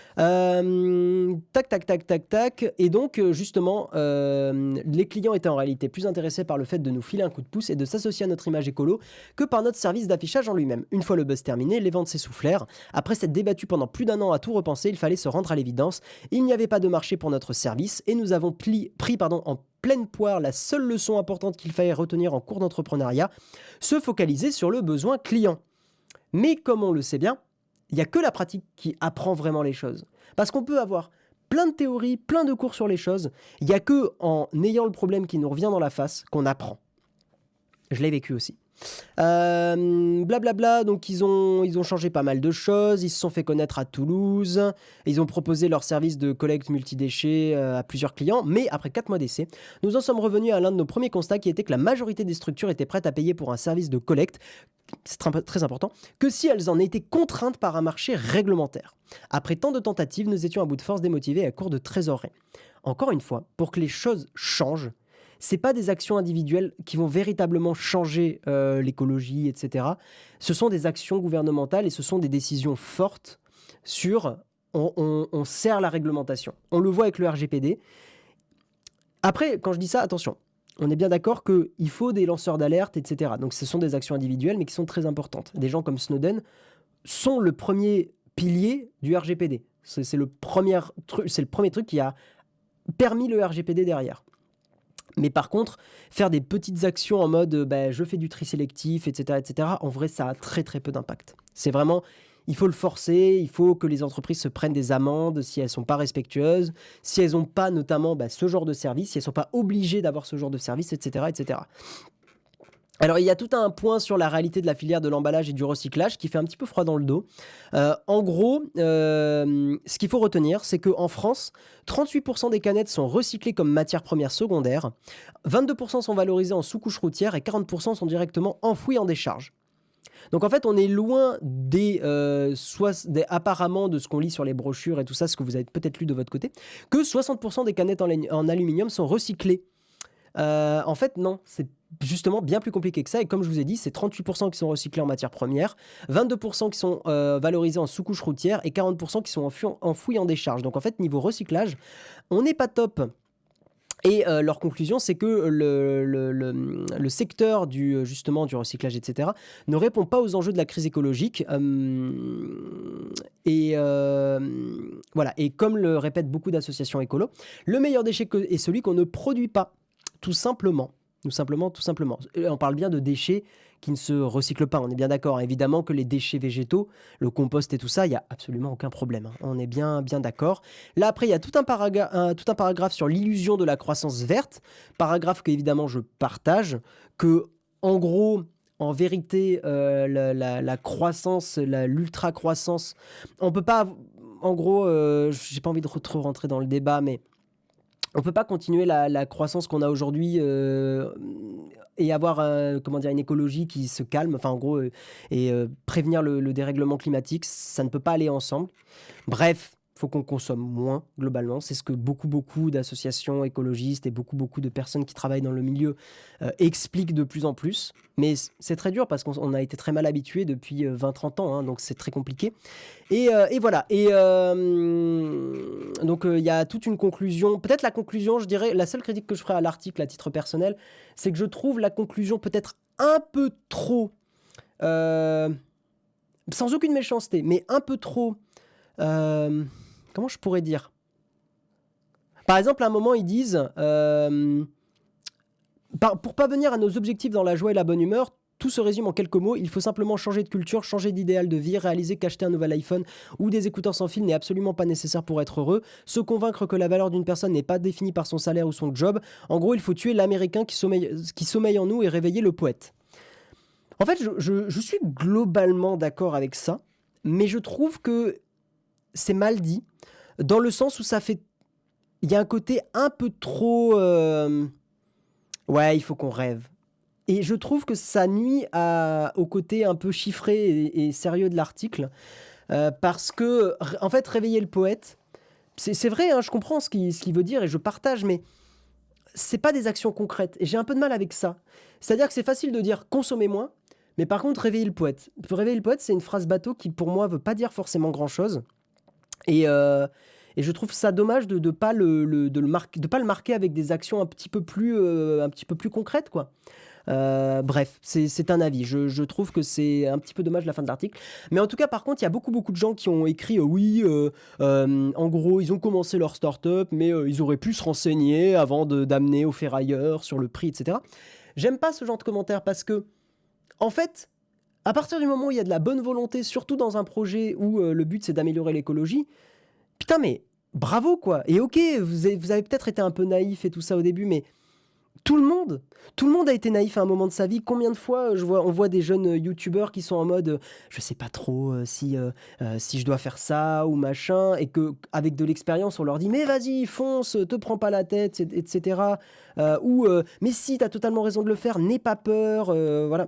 Euh, tac, tac, tac, tac, tac. Et donc, justement, euh, les clients étaient en réalité plus intéressés par le fait de nous filer un coup de pouce et de s'associer à notre image écolo que par notre service d'affichage en lui-même. Une fois le buzz terminé, les ventes s'essoufflèrent. Après s'être débattu pendant plus d'un an à tout repenser, il fallait se rendre à l'évidence. Il n'y avait pas de marché pour notre service et nous avons pli, pris pardon, en pleine poire la seule leçon importante qu'il fallait retenir en cours d'entrepreneuriat, se focaliser sur le besoin client. Mais comme on le sait bien, il n'y a que la pratique qui apprend vraiment les choses. Parce qu'on peut avoir plein de théories, plein de cours sur les choses. Il n'y a que en ayant le problème qui nous revient dans la face qu'on apprend. Je l'ai vécu aussi. Euh, blablabla, donc ils ont, ils ont changé pas mal de choses. Ils se sont fait connaître à Toulouse. Ils ont proposé leur service de collecte multidéchets euh, à plusieurs clients. Mais après quatre mois d'essai, nous en sommes revenus à l'un de nos premiers constats qui était que la majorité des structures étaient prêtes à payer pour un service de collecte, c'est très important, que si elles en étaient contraintes par un marché réglementaire. Après tant de tentatives, nous étions à bout de force, démotivés et à court de trésorerie. Encore une fois, pour que les choses changent, c'est pas des actions individuelles qui vont véritablement changer euh, l'écologie, et cetera. Ce sont des actions gouvernementales et ce sont des décisions fortes sur on, on, on serre la réglementation. On le voit avec le R G P D. Après, quand je dis ça, attention, on est bien d'accord qu'il faut des lanceurs d'alerte, et cetera. Donc ce sont des actions individuelles mais qui sont très importantes. Des gens comme Snowden sont le premier pilier du R G P D. C'est, c'est, le, premier tru- c'est le premier truc qui a permis le R G P D derrière. Mais par contre, faire des petites actions en mode bah, je fais du tri sélectif, et cetera, et cetera, en vrai, ça a très très peu d'impact. C'est vraiment, il faut le forcer, il faut que les entreprises se prennent des amendes si elles ne sont pas respectueuses, si elles n'ont pas notamment bah, ce genre de service, si elles ne sont pas obligées d'avoir ce genre de service, et cetera, et cetera. Alors, il y a tout un point sur la réalité de la filière de l'emballage et du recyclage qui fait un petit peu froid dans le dos. Euh, en gros, euh, ce qu'il faut retenir, c'est qu'en France, trente-huit pour cent des canettes sont recyclées comme matière première secondaire, vingt-deux pour cent sont valorisées en sous-couche routière et quarante pour cent sont directement enfouies en décharge. Donc en fait, on est loin des, euh, soit, des apparemment de ce qu'on lit sur les brochures et tout ça, ce que vous avez peut-être lu de votre côté, que soixante pour cent des canettes en, en aluminium sont recyclées. Euh, en fait, non, c'est justement bien plus compliqué que ça. Et comme je vous ai dit, c'est trente-huit pour cent qui sont recyclés en matière première, vingt-deux pour cent qui sont euh, valorisés en sous-couche routière et quarante pour cent qui sont enfouis, enfouis en décharge. Donc en fait, niveau recyclage, on n'est pas top. Et euh, leur conclusion, c'est que le, le, le, le secteur du, justement, du recyclage, et cetera, ne répond pas aux enjeux de la crise écologique. Euh, et, euh, voilà. Et comme le répètent beaucoup d'associations écolo, le meilleur déchet est celui qu'on ne produit pas, tout simplement. Tout simplement, tout simplement. Et on parle bien de déchets qui ne se recyclent pas, on est bien d'accord. Évidemment que les déchets végétaux, le compost et tout ça, il n'y a absolument aucun problème. Hein. On est bien, bien d'accord. Là, après, il y a tout un, paraga- un, tout un paragraphe sur l'illusion de la croissance verte, paragraphe que, évidemment, je partage, que, en gros, en vérité, euh, la, la, la croissance, la, l'ultra-croissance, on ne peut pas... En gros, euh, je n'ai pas envie de trop rentrer dans le débat, mais... On ne peut pas continuer la, la croissance qu'on a aujourd'hui euh, et avoir euh, comment dire, une écologie qui se calme, enfin en gros, euh, et euh, prévenir le, le dérèglement climatique. Ça ne peut pas aller ensemble. Bref, il faut qu'on consomme moins globalement. C'est ce que beaucoup, beaucoup d'associations écologistes et beaucoup, beaucoup de personnes qui travaillent dans le milieu euh, expliquent de plus en plus. Mais c'est très dur parce qu'on a été très mal habitués depuis vingt trente ans, hein, donc c'est très compliqué. Et, euh, et voilà. Et euh, donc il euh, y a toute une conclusion. Peut-être la conclusion, je dirais, la seule critique que je ferai à l'article à titre personnel, c'est que je trouve la conclusion peut-être un peu trop, euh, sans aucune méchanceté, mais un peu trop... Euh, comment je pourrais dire ? Par exemple, à un moment, ils disent euh, par, pour parvenir à nos objectifs dans la joie et la bonne humeur, tout se résume en quelques mots. Il faut simplement changer de culture, changer d'idéal de vie, réaliser qu'acheter un nouvel iPhone ou des écouteurs sans fil n'est absolument pas nécessaire pour être heureux, se convaincre que la valeur d'une personne n'est pas définie par son salaire ou son job. En gros, il faut tuer l'Américain qui sommeille, qui sommeille en nous et réveiller le poète. En fait, je, je, je suis globalement d'accord avec ça, mais je trouve que c'est mal dit, dans le sens où ça fait... Il y a un côté un peu trop... Euh... Ouais, il faut qu'on rêve. Et je trouve que ça nuit à... au côté un peu chiffré et, et sérieux de l'article, euh, parce que, en fait, réveiller le poète, c'est, c'est vrai, hein, je comprends ce qu'il, ce qu'il veut dire et je partage, mais c'est pas des actions concrètes. Et j'ai un peu de mal avec ça. C'est-à-dire que c'est facile de dire « consommer moins », mais par contre, réveiller le poète. Réveiller le poète, c'est une phrase bateau qui, pour moi, veut pas dire forcément grand-chose. Et, euh, et je trouve ça dommage de ne pas le, le, de le marquer, de pas le marquer avec des actions un petit peu plus, euh, un petit peu plus concrètes, quoi. Euh, bref, c'est, c'est un avis. Je, je trouve que c'est un petit peu dommage la fin de l'article. Mais en tout cas, par contre, il y a beaucoup, beaucoup de gens qui ont écrit euh, oui, euh, euh, en gros, ils ont commencé leur start-up, mais euh, ils auraient pu se renseigner avant de, d'amener au ferrailleur sur le prix, et cetera. J'aime pas ce genre de commentaires parce que, en fait, à partir du moment où il y a de la bonne volonté, surtout dans un projet où euh, le but c'est d'améliorer l'écologie, putain mais bravo quoi. Et ok, vous avez, vous avez peut-être été un peu naïf et tout ça au début, mais tout le monde, tout le monde a été naïf à un moment de sa vie. Combien de fois je vois, on voit des jeunes youtubeurs qui sont en mode, euh, je sais pas trop euh, si, euh, euh, si je dois faire ça ou machin, et que avec de l'expérience on leur dit mais vas-y fonce, te prends pas la tête, et cetera. Euh, ou euh, mais si t'as totalement raison de le faire, n'aie pas peur, euh, voilà.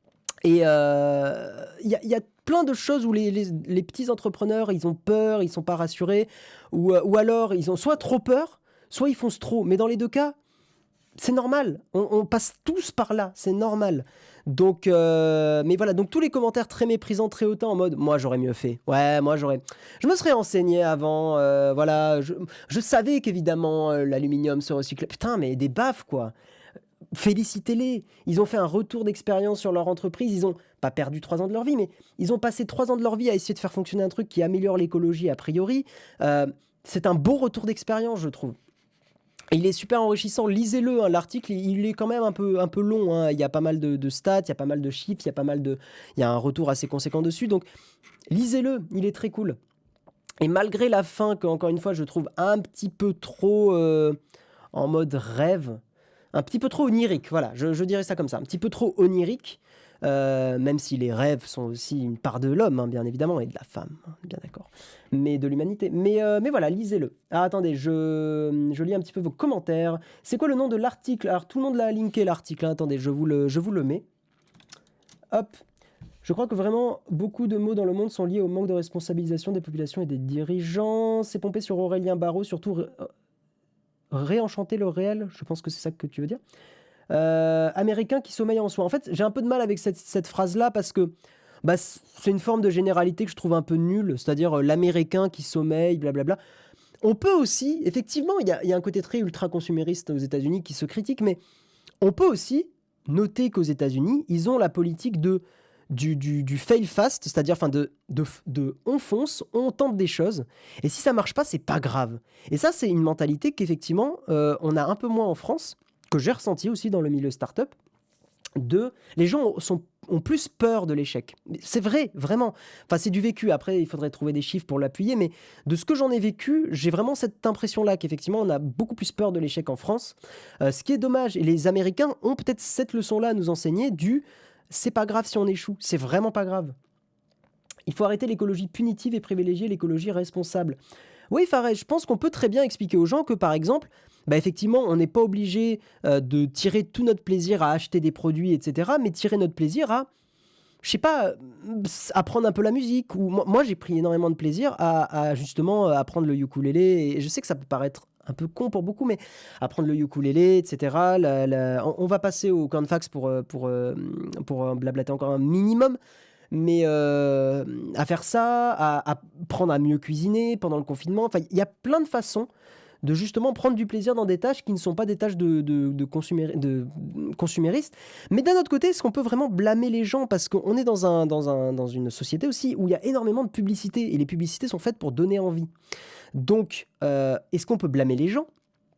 Et il euh, y, y a plein de choses où les, les, les petits entrepreneurs, ils ont peur, ils sont pas rassurés, ou, ou alors ils ont soit trop peur, soit ils foncent trop. Mais dans les deux cas, c'est normal. On, on passe tous par là, c'est normal. Donc, euh, mais voilà, donc tous les commentaires très méprisants, très hautains, en mode, moi j'aurais mieux fait. Ouais, moi j'aurais, je me serais renseigné avant. Euh, voilà, je, je savais qu'évidemment euh, l'aluminium se recyclait. Putain, mais des baffes quoi. Félicitez-les, ils ont fait un retour d'expérience sur leur entreprise, ils ont pas perdu trois ans de leur vie, mais ils ont passé trois ans de leur vie à essayer de faire fonctionner un truc qui améliore l'écologie a priori. Euh, c'est un beau retour d'expérience, je trouve. Il est super enrichissant, lisez-le, hein, l'article il est quand même un peu, un peu long, hein. Il y a pas mal de, de stats, il y a pas mal de chiffres, il y a pas mal de, il y a un retour assez conséquent dessus, donc lisez-le, il est très cool. Et malgré la fin que, encore une fois, je trouve un petit peu trop euh, en mode rêve, un petit peu trop onirique, voilà, je, je dirais ça comme ça, un petit peu trop onirique, euh, même si les rêves sont aussi une part de l'homme, hein, bien évidemment, et de la femme, hein, bien d'accord, mais de l'humanité. Mais, euh, mais voilà, lisez-le. Ah, attendez, je, je lis un petit peu vos commentaires. C'est quoi le nom de l'article? Alors, tout le monde l'a linké, l'article, hein. Attendez, je vous, le, je vous le mets. Hop. Je crois que vraiment beaucoup de maux dans le monde sont liés au manque de responsabilisation des populations et des dirigeants. C'est pompé sur Aurélien Barraud, surtout ré réenchanter le réel. Je pense que c'est ça que tu veux dire. Euh, américain qui sommeille en soi. En fait, j'ai un peu de mal avec cette, cette phrase-là parce que bah, c'est une forme de généralité que je trouve un peu nulle, c'est-à-dire euh, l'américain qui sommeille, blablabla. On peut aussi, effectivement, il y, y a un côté très ultra-consumériste aux États-Unis qui se critique, mais on peut aussi noter qu'aux États-Unis, ils ont la politique de, du, du, du fail fast, c'est-à-dire enfin de, de, de on fonce, on tente des choses, et si ça marche pas, c'est pas grave. Et ça, c'est une mentalité qu'effectivement, euh, on a un peu moins en France, que j'ai ressenti aussi dans le milieu startup, de les gens sont, ont plus peur de l'échec. C'est vrai, vraiment. Enfin, c'est du vécu. Après, il faudrait trouver des chiffres pour l'appuyer, mais de ce que j'en ai vécu, j'ai vraiment cette impression-là qu'effectivement, on a beaucoup plus peur de l'échec en France. Euh, ce qui est dommage, et les Américains ont peut-être cette leçon-là à nous enseigner du c'est pas grave si on échoue, c'est vraiment pas grave. Il faut arrêter l'écologie punitive et privilégier l'écologie responsable. Oui, Fares, je pense qu'on peut très bien expliquer aux gens que, par exemple, bah effectivement, on n'est pas obligé euh, de tirer tout notre plaisir à acheter des produits, et cetera, mais tirer notre plaisir à, je sais pas, apprendre un peu la musique. Ou moi, moi j'ai pris énormément de plaisir à, à justement apprendre le ukulélé. Et je sais que ça peut paraître un peu con pour beaucoup, mais apprendre le ukulélé, et cetera. La, la, on, on va passer au Cornfax pour, pour, pour, pour blablater encore un minimum. Mais euh, à faire ça, à apprendre à mieux cuisiner pendant le confinement, enfin, il y a plein de façons de justement prendre du plaisir dans des tâches qui ne sont pas des tâches de, de, de, consuméri de consuméristes. Mais d'un autre côté, est-ce qu'on peut vraiment blâmer les gens? Parce qu'on est dans, un, dans, un, dans une société aussi où il y a énormément de publicité, et les publicités sont faites pour donner envie. Donc, euh, est-ce qu'on peut blâmer les gens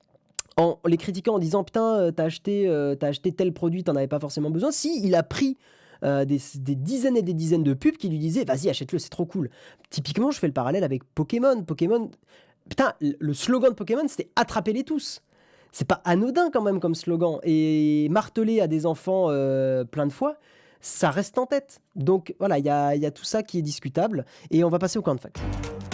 en les critiquant en disant « Putain, t'as acheté, euh, t'as acheté tel produit, t'en avais pas forcément besoin ?» Si, il a pris Euh, des, des dizaines et des dizaines de pubs qui lui disaient « Vas-y, achète-le, c'est trop cool. » Typiquement, je fais le parallèle avec Pokémon. Pokémon, putain, le slogan de Pokémon, c'était « Attrapez-les tous ». C'est pas anodin quand même comme slogan. Et marteler à des enfants euh, plein de fois, ça reste en tête. Donc voilà, il y a, y a tout ça qui est discutable. Et on va passer au camp de fac.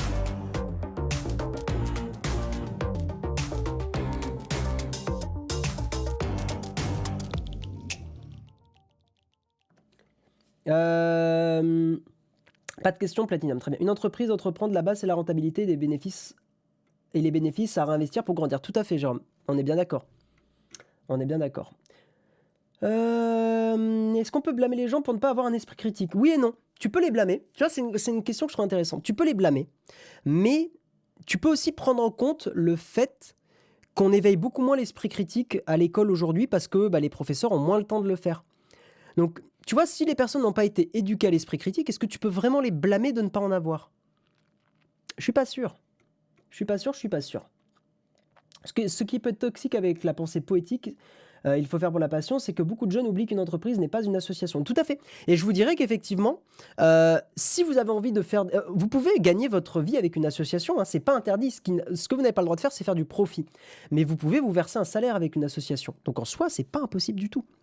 Euh, pas de question, Platinum, très bien. Une entreprise entreprend de la base, c'est la rentabilité des bénéfices et les bénéfices à réinvestir pour grandir. Tout à fait, Jérôme. On est bien d'accord. On est bien d'accord. Euh, Est-ce qu'on peut blâmer les gens pour ne pas avoir un esprit critique? Oui et non. Tu peux les blâmer. Tu vois, c'est une, c'est une question que je trouve intéressante. Tu peux les blâmer, mais tu peux aussi prendre en compte le fait qu'on éveille beaucoup moins l'esprit critique à l'école aujourd'hui parce que bah, les professeurs ont moins le temps de le faire. Donc, tu vois, si les personnes n'ont pas été éduquées à l'esprit critique, est-ce que tu peux vraiment les blâmer de ne pas en avoir? Je suis pas sûr. Je suis pas sûr, je suis pas sûr. Ce, que, ce qui peut être toxique avec la pensée poétique, euh, il faut faire pour la passion, c'est que beaucoup de jeunes oublient qu'une entreprise n'est pas une association. Tout à fait. Et je vous dirais qu'effectivement, euh, si vous avez envie de faire... Euh, vous pouvez gagner votre vie avec une association, hein, c'est pas interdit. Ce, qui, ce que vous n'avez pas le droit de faire, c'est faire du profit. Mais vous pouvez vous verser un salaire avec une association. Donc en soi, c'est pas impossible du tout.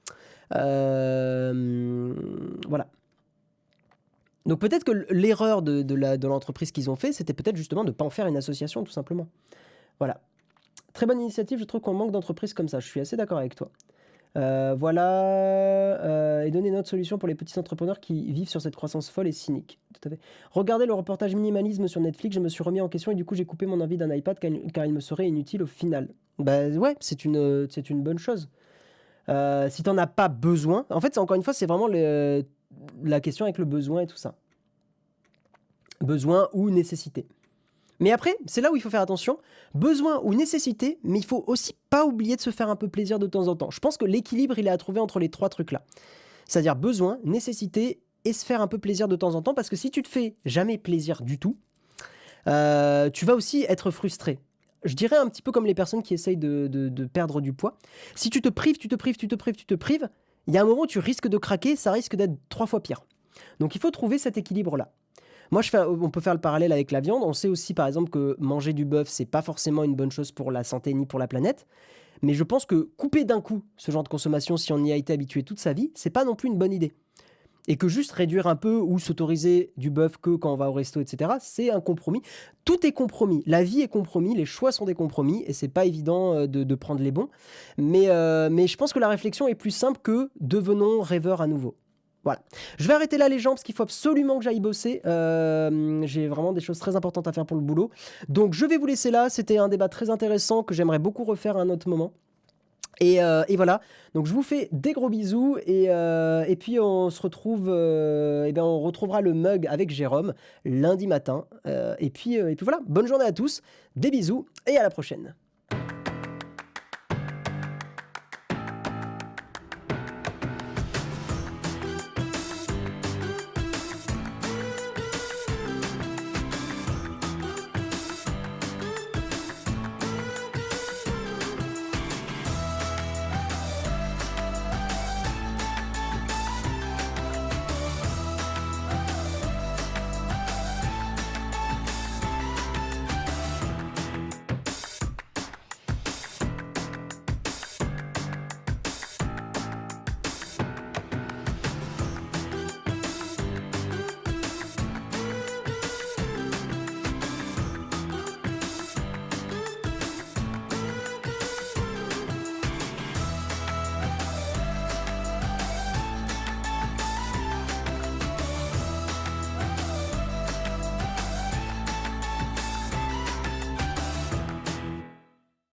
Euh, voilà. Donc peut-être que l'erreur de, de, la, de l'entreprise qu'ils ont fait, c'était peut-être justement de ne pas en faire une association, tout simplement. Voilà. Très bonne initiative, je trouve qu'on manque d'entreprises comme ça. Je suis assez d'accord avec toi. Euh, voilà. Euh, et donner notre solution pour les petits entrepreneurs qui vivent sur cette croissance folle et cynique. Tout à fait. Regardez le reportage Minimalisme sur Netflix, je me suis remis en question et du coup j'ai coupé mon envie d'un iPad car il me serait inutile au final. Bah ouais, c'est une, c'est une bonne chose. Euh, si tu n'en as pas besoin, en fait, encore une fois, c'est vraiment le, la question avec le besoin et tout ça. Besoin ou nécessité. Mais après, c'est là où il faut faire attention. Besoin ou nécessité, mais il faut aussi pas oublier de se faire un peu plaisir de temps en temps. Je pense que l'équilibre, il est à trouver entre les trois trucs-là. C'est-à-dire besoin, nécessité et se faire un peu plaisir de temps en temps. Parce que si tu te fais jamais plaisir du tout, euh, tu vas aussi être frustré. je dirais un petit peu comme les personnes qui essayent de, de- de perdre du poids. Si tu te prives, tu te prives, tu te prives, tu te prives, il y a un moment où tu risques de craquer, ça risque d'être trois fois pire. Donc il faut trouver cet équilibre-là. Moi, je fais, on peut faire le parallèle avec la viande. On sait aussi, par exemple, que manger du bœuf, c'est pas forcément une bonne chose pour la santé ni pour la planète. Mais je pense que couper d'un coup ce genre de consommation, si on y a été habitué toute sa vie, c'est pas non plus une bonne idée. Et que juste réduire un peu ou s'autoriser du bœuf que quand on va au resto, et cetera, c'est un compromis. Tout est compromis. La vie est compromis, les choix sont des compromis, et c'est pas évident euh, de, de prendre les bons. Mais, euh, mais je pense que la réflexion est plus simple que devenons rêveurs à nouveau. Voilà. Je vais arrêter là les gens parce qu'il faut absolument que j'aille bosser. Euh, j'ai vraiment des choses très importantes à faire pour le boulot. Donc je vais vous laisser là. C'était un débat très intéressant que j'aimerais beaucoup refaire à un autre moment. Et, euh, et voilà, donc je vous fais des gros bisous et, euh, et puis on se retrouve, euh, eh bien on retrouvera le mug avec Jérôme lundi matin. Euh, et, puis, euh, et puis voilà, bonne journée à tous, des bisous et à la prochaine.